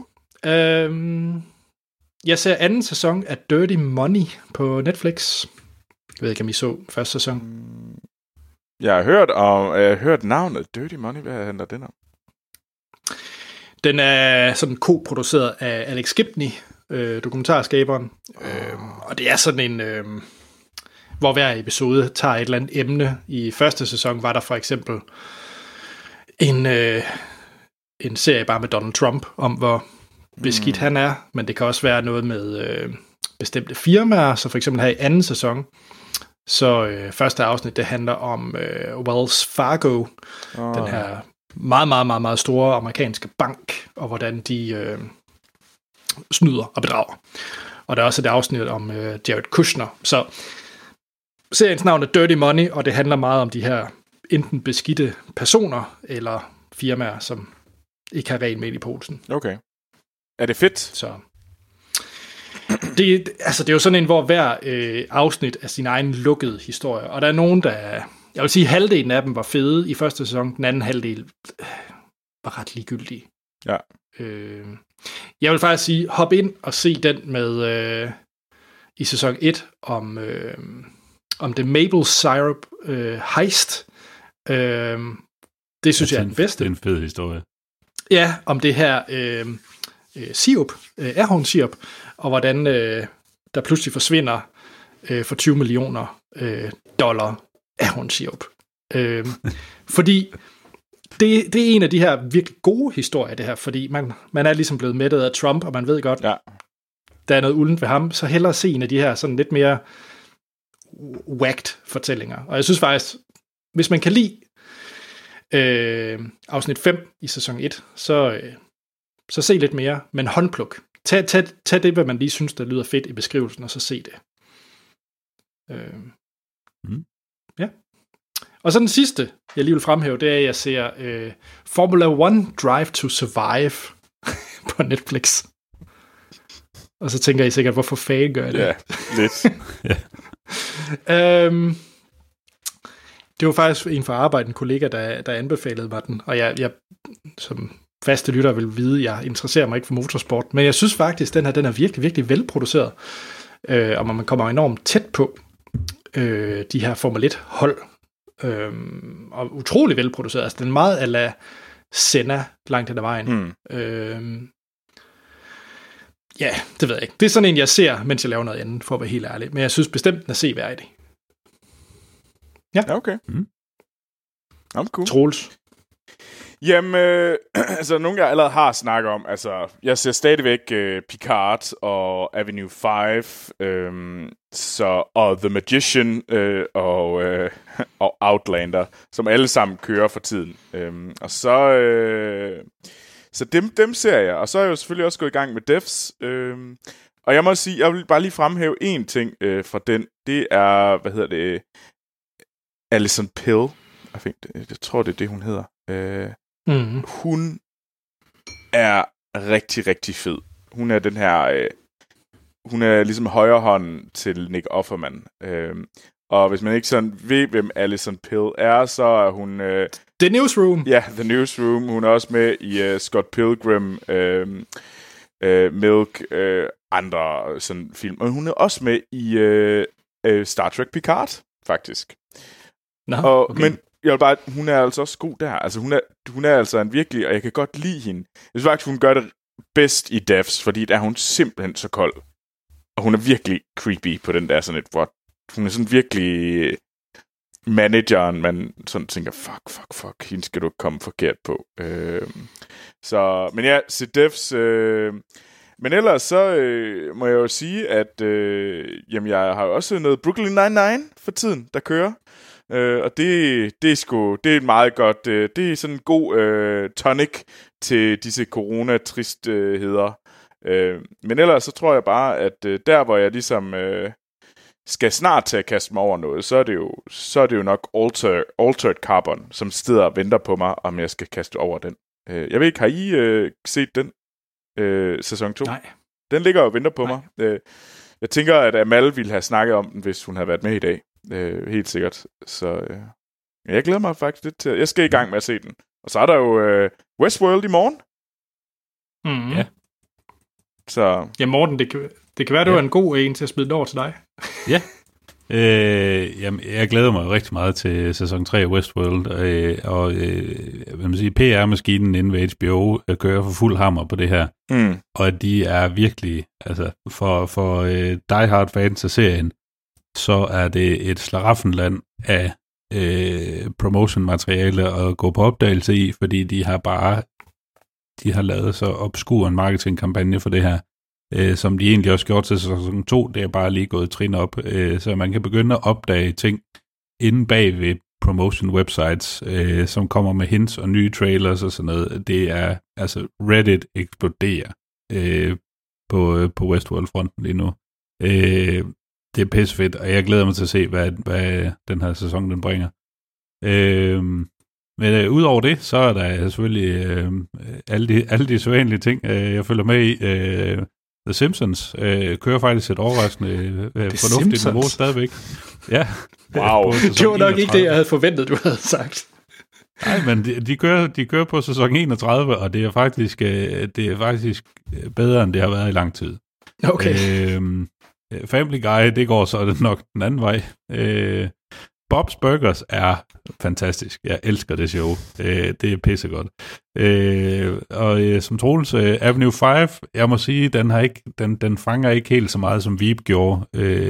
Jeg ser anden sæson af Dirty Money på Netflix. Jeg ved ikke, om I så første sæson. Jeg har hørt navnet Dirty Money. Hvad handler den om? Den er sådan co-produceret af Alex Gibney, dokumentarskaberen. Og det er sådan en... hvor hver episode tager et eller andet emne. I første sæson var der for eksempel en serie bare med Donald Trump, om hvor beskidt han er, men det kan også være noget med bestemte firmaer, så for eksempel her i anden sæson, så første afsnit, det handler om Wells Fargo, den her meget, meget, meget, meget store amerikanske bank, og hvordan de snyder og bedrager. Og der er også et afsnit om Jared Kushner. Så seriens navn er Dirty Money, og det handler meget om de her enten beskidte personer, eller firmaer, som ikke har rent mel i posen. Okay. Er det fedt? Så det er jo sådan en, hvor hver afsnit er sin egen lukkede historie, og der er nogen, der... Jeg vil sige, halvdelen af dem var fede i første sæson, den anden halvdel var ret ligegyldige. Ja. Jeg vil faktisk sige, hop ind og se den med i sæson 1 om The Maple Syrup heist. Det synes jeg er den bedste. Det er en fed historie. Ja, om det her sirup, ahornsirup, og hvordan der pludselig forsvinder for $20 millioner ahornsirup. Fordi det er en af de her virkelig gode historier, det her, fordi man er ligesom blevet mættet af Trump, og man ved godt, der er noget uldent ved ham, så hellere se en af de her sådan lidt mere whacked fortællinger. Og jeg synes faktisk, hvis man kan lide afsnit 5 i sæson 1, så se lidt mere, men håndpluk. Tag det, hvad man lige synes, der lyder fedt i beskrivelsen, og så se det. Ja. Og så den sidste, jeg lige vil fremhæve, det er, at jeg ser Formula 1 Drive to Survive på Netflix. Og så tænker I sikkert, hvorfor fanden gør jeg det? Ja, lidt. Det var faktisk en fra arbejde, en kollega, der anbefalede mig den, og jeg som faste lytter vil vide, jeg interesserer mig ikke for motorsport, men jeg synes faktisk, den er virkelig, virkelig velproduceret, og man kommer enormt tæt på de her Formel 1-hold, og utrolig velproduceret. Altså, den er meget a la Senna langt hen ad vejen. Ja, det ved jeg ikke. Det er sådan en, jeg ser, mens jeg laver noget andet, for at være helt ærlig. Men jeg synes bestemt, den er seværdig. Ja, okay. Cool. Troels. Jamen, altså nogle jeg allerede har snakket om, altså jeg ser stadigvæk Picard og Avenue 5, og The Magician og Outlander, som alle sammen kører for tiden. Og så dem ser jeg, og så er jeg jo selvfølgelig også gået i gang med Devs. Og jeg må sige, jeg vil bare lige fremhæve en ting fra den. Det er, Alison Pill. Jeg tror, det er det, hun hedder. Hun er rigtig, rigtig fed. Hun er den her... hun er ligesom højre hånd til Nick Offerman. Og hvis man ikke sådan ved, hvem Alison Pill er, så er hun... The Newsroom. Ja, The Newsroom. Hun er også med i Scott Pilgrim, Milk, andre sådan film. Og hun er også med i Star Trek Picard, faktisk. Nå, okay. Men jeg vil bare, hun er altså også god der. Altså hun er altså en virkelig, og jeg kan godt lide hende. Jeg synes faktisk, hun gør det bedst i Devs, fordi der er hun simpelthen så kold. Og hun er virkelig creepy på den der sådan et, hvor hun er sådan virkelig manageren, man sådan tænker, fuck, hende skal du ikke komme forkert på. Men ja, se Devs. Men ellers så må jeg jo sige, at jamen, jeg har jo også noget Brooklyn Nine-Nine for tiden, der kører. Og det er meget godt, det er sådan en god tonic til disse corona-tristheder. Men ellers så tror jeg bare, at der hvor jeg ligesom skal snart til at kaste mig over noget, så er det jo nok Altered Carbon, som sidder og venter på mig, om jeg skal kaste over den. Jeg ved ikke, har I set den sæson 2? Nej. Den ligger og venter på mig. Jeg tænker, at Amal ville have snakket om den, hvis hun havde været med i dag. Helt sikkert. Så jeg glæder mig faktisk lidt til. Jeg skal i gang med at se den. Og så er der jo Westworld i morgen. Mm-hmm. Ja. Så. Ja, Morten, det kan være, det var en god en til at smide den over til dig. Ja. Jamen, jeg glæder mig rigtig meget til sæson 3 af Westworld, og hvad man siger, PR-maskinen inde ved HBO kører for fuld hammer på det her, og de er virkelig, altså for Die Hard fans af serien, så er det et slaraffenland af promotion-materiale at gå på opdagelse i, fordi de har lavet så obskur en marketingkampagne for det her, som de egentlig også gjorde til sæson 2, det er bare lige gået trin op, så man kan begynde at opdage ting inde bag ved promotion websites, som kommer med hints og nye trailers og sådan noget. Det er, altså Reddit eksploderer på Westworld-fronten lige nu. Det er pissefedt, og jeg glæder mig til at se, hvad den her sæson den bringer. Men udover det, så er der selvfølgelig alle de sædvanlige ting, jeg følger med i. The Simpsons kører faktisk et overraskende fornuftigt niveau stadigvæk. Ja. Wow. Det var nok ikke det, jeg havde forventet, du havde sagt. Nej, men de kører på sæson 31, og det er faktisk bedre, end det har været i lang tid. Okay. Family Guy, det går så nok den anden vej. Bob's Burgers er fantastisk. Jeg elsker det show. Det er pissegodt. Og som Troels, Avenue 5, jeg må sige, den fanger ikke helt så meget, som Veep gjorde.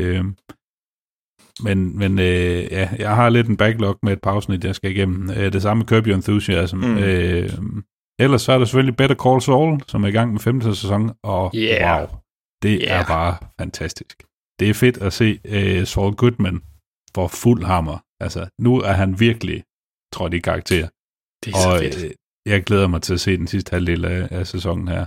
Men ja, jeg har lidt en backlog med et pausnit, jeg skal igennem. Det samme Curb Your Enthusiasm. Ellers så er der selvfølgelig Better Call Saul, som er i gang med 5. sæson, og wow, det er bare fantastisk. Det er fedt at se Saul Goodman for fuld hammer. Altså, nu er han virkelig trådt i karakter. Det er så fedt. Jeg glæder mig til at se den sidste halvdel af sæsonen her.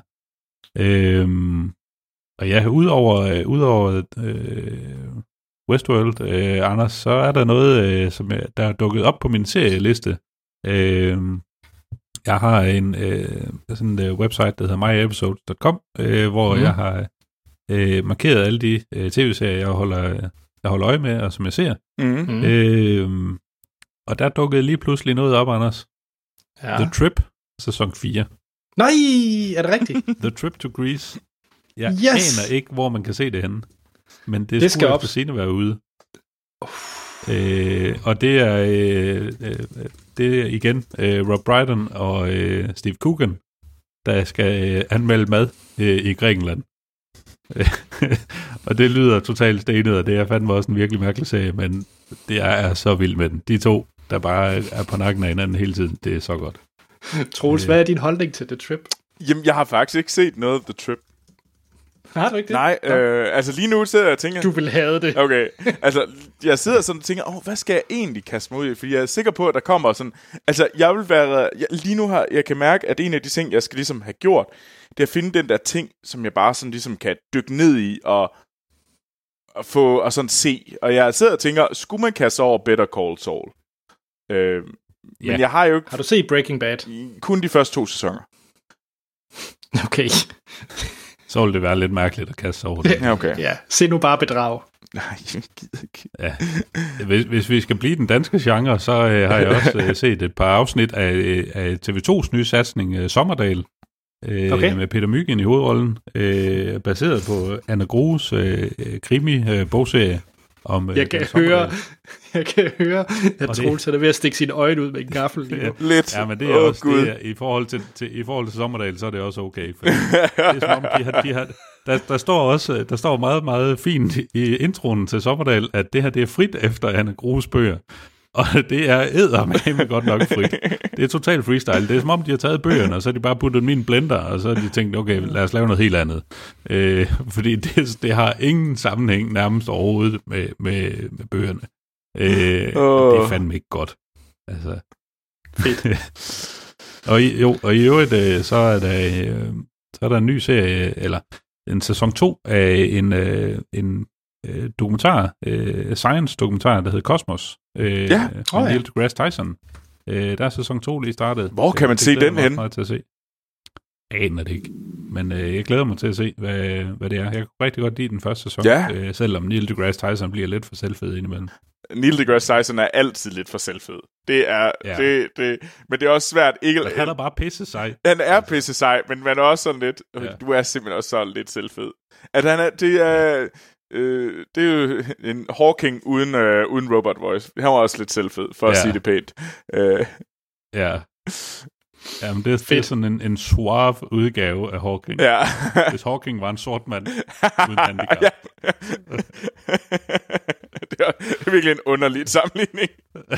Og ja, udover Westworld, Anders, så er der noget, som der er dukket op på min serieliste. Jeg har sådan en website, der hedder myepisodes.com, hvor jeg har markeret alle de tv-serier, jeg holder øje med, og som jeg ser. Og der dukkede lige pludselig noget op, Anders. Ja. The Trip, sæson 4. Nej, er det rigtigt? The Trip to Greece. Jeg aner ikke, hvor man kan se det henne. Men det skulle efter scene være ude. Og det er igen Rob Brydon og Steve Coogan, der skal anmelde mad i Grækenland. Og det lyder totalt stenet, og det er fandme også en virkelig mærkelig serie, men det er så vildt med den. De to, der bare er på nakken af hinanden hele tiden, det er så godt. Troels, hvad er din holdning til The Trip? Jamen, jeg har faktisk ikke set noget af The Trip. Har du ikke det? Nej, altså lige nu sidder jeg og tænker... Du vil have det. Okay, altså jeg sidder sådan og tænker, hvad skal jeg egentlig kaste mig ud i? Fordi jeg er sikker på, at der kommer sådan... Altså, jeg vil være... Lige nu har jeg kan mærke, at en af de ting, jeg skal ligesom have gjort, det er at finde den der ting, som jeg bare sådan ligesom kan dykke ned i og få og sådan se. Og jeg sidder og tænker, skulle man kaste over Better Call Saul? Men jeg har jo ikke... Har du set Breaking Bad? Kun de første 2 sæsoner. Okay. Så ville det være lidt mærkeligt at kaste sig over det. Ja, okay. Ja, se nu bare bedrag. Nej, jeg gider ikke. Ja. Hvis vi skal blive den danske genre, så har jeg også set et par afsnit af TV2's nye satsning, Sommerdal, med Peter Mygind i hovedrollen, baseret på Anna Grues krimi-bogserie. Jeg kan høre, at Troels er ved at stikke sine øjne ud med en gaffel. Lidt. Ja, men det er også det, i forhold til Sommerdal, så er det også okay. For det er som om, der står meget, meget fint i introen til Sommerdal, at det her det er frit efter Anna Grues bøger. Og det er eddermame godt nok frit. Det er totalt freestyle. Det er som om, de har taget bøgerne, og så har de bare puttet dem i en blender, og så har de tænkt, okay, lad os lave noget helt andet. Fordi det har ingen sammenhæng nærmest overhovedet med bøgerne. Det er fandme ikke godt. Altså. Fedt. og i øvrigt, så er der en ny serie, eller en sæson 2 af en dokumentar, science-dokumentar, der hedder Cosmos. Neil deGrasse Tyson. Der er sæson 2 lige startet. Hvor kan man se den hen? Aner det ikke. Men jeg glæder mig til at se, hvad det er. Jeg kan rigtig godt lide den første sæson, selvom Neil deGrasse Tyson bliver lidt for selvfed indimellem. Neil deGrasse Tyson er altid lidt for selvfed. Det er, men det er også svært ikke... Han er bare pisse sej. Han er pisse sej, men man er også sådan lidt... Du er simpelthen også sådan lidt selvfed. At han er... Det er jo en Hawking uden robot voice. Han var også lidt selvfed, for at sige det pænt. Ja, men det er sådan en suave udgave af Hawking. Ja. Hvis Hawking var en sort mand uden handicap. Ja. Det er virkelig en underlig sammenligning.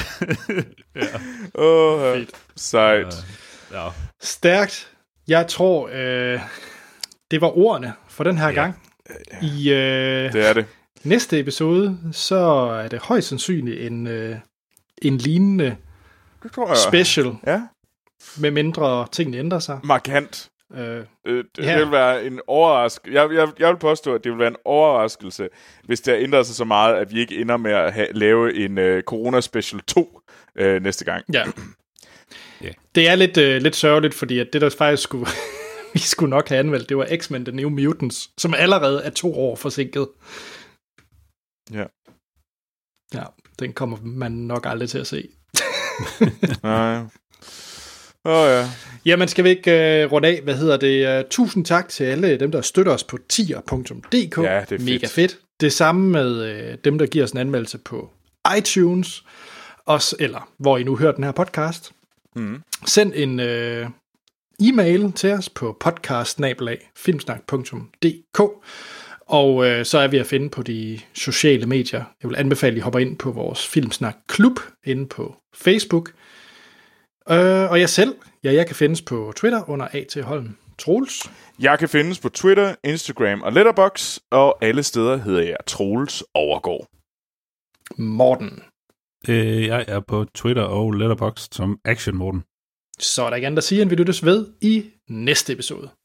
Sejt. Stærkt. Jeg tror, det var ordene for den her gang. I det er det. Næste episode, så er det højst sandsynligt en lignende special, med mindre tingene ændrer sig. Markant. Det vil være en overraskelse. Jeg vil påstå, at det vil være en overraskelse, hvis det ændrer sig så meget, at vi ikke ender med at lave en Corona Special 2 næste gang. Ja. Det er lidt sørgeligt, fordi at det der faktisk vi skulle nok have anmeldt, det var X-Men The New Mutants, som allerede er 2 år forsinket. Ja. Ja, den kommer man nok aldrig til at se. Nej. Ja. Jamen, skal vi ikke runde af? Tusind tak til alle dem, der støtter os på tier.dk. Ja, det er mega fedt. Det samme med dem, der giver os en anmeldelse på iTunes, eller hvor I nu hører den her podcast. Send en e-mail til os på podcast@filmsnak.dk, og så er vi at finde på de sociale medier. Jeg vil anbefale, at I hopper ind på vores Filmsnak Klub inde på Facebook. Og jeg selv, jeg kan findes på Twitter under A.T. Holm. Troels? Jeg kan findes på Twitter, Instagram og Letterboxd, og alle steder hedder jeg Troels Overgaard. Morten? Jeg er på Twitter og Letterboxd som Action Morten. Så er der ikke andet at sige, end vi lyttes ved i næste episode.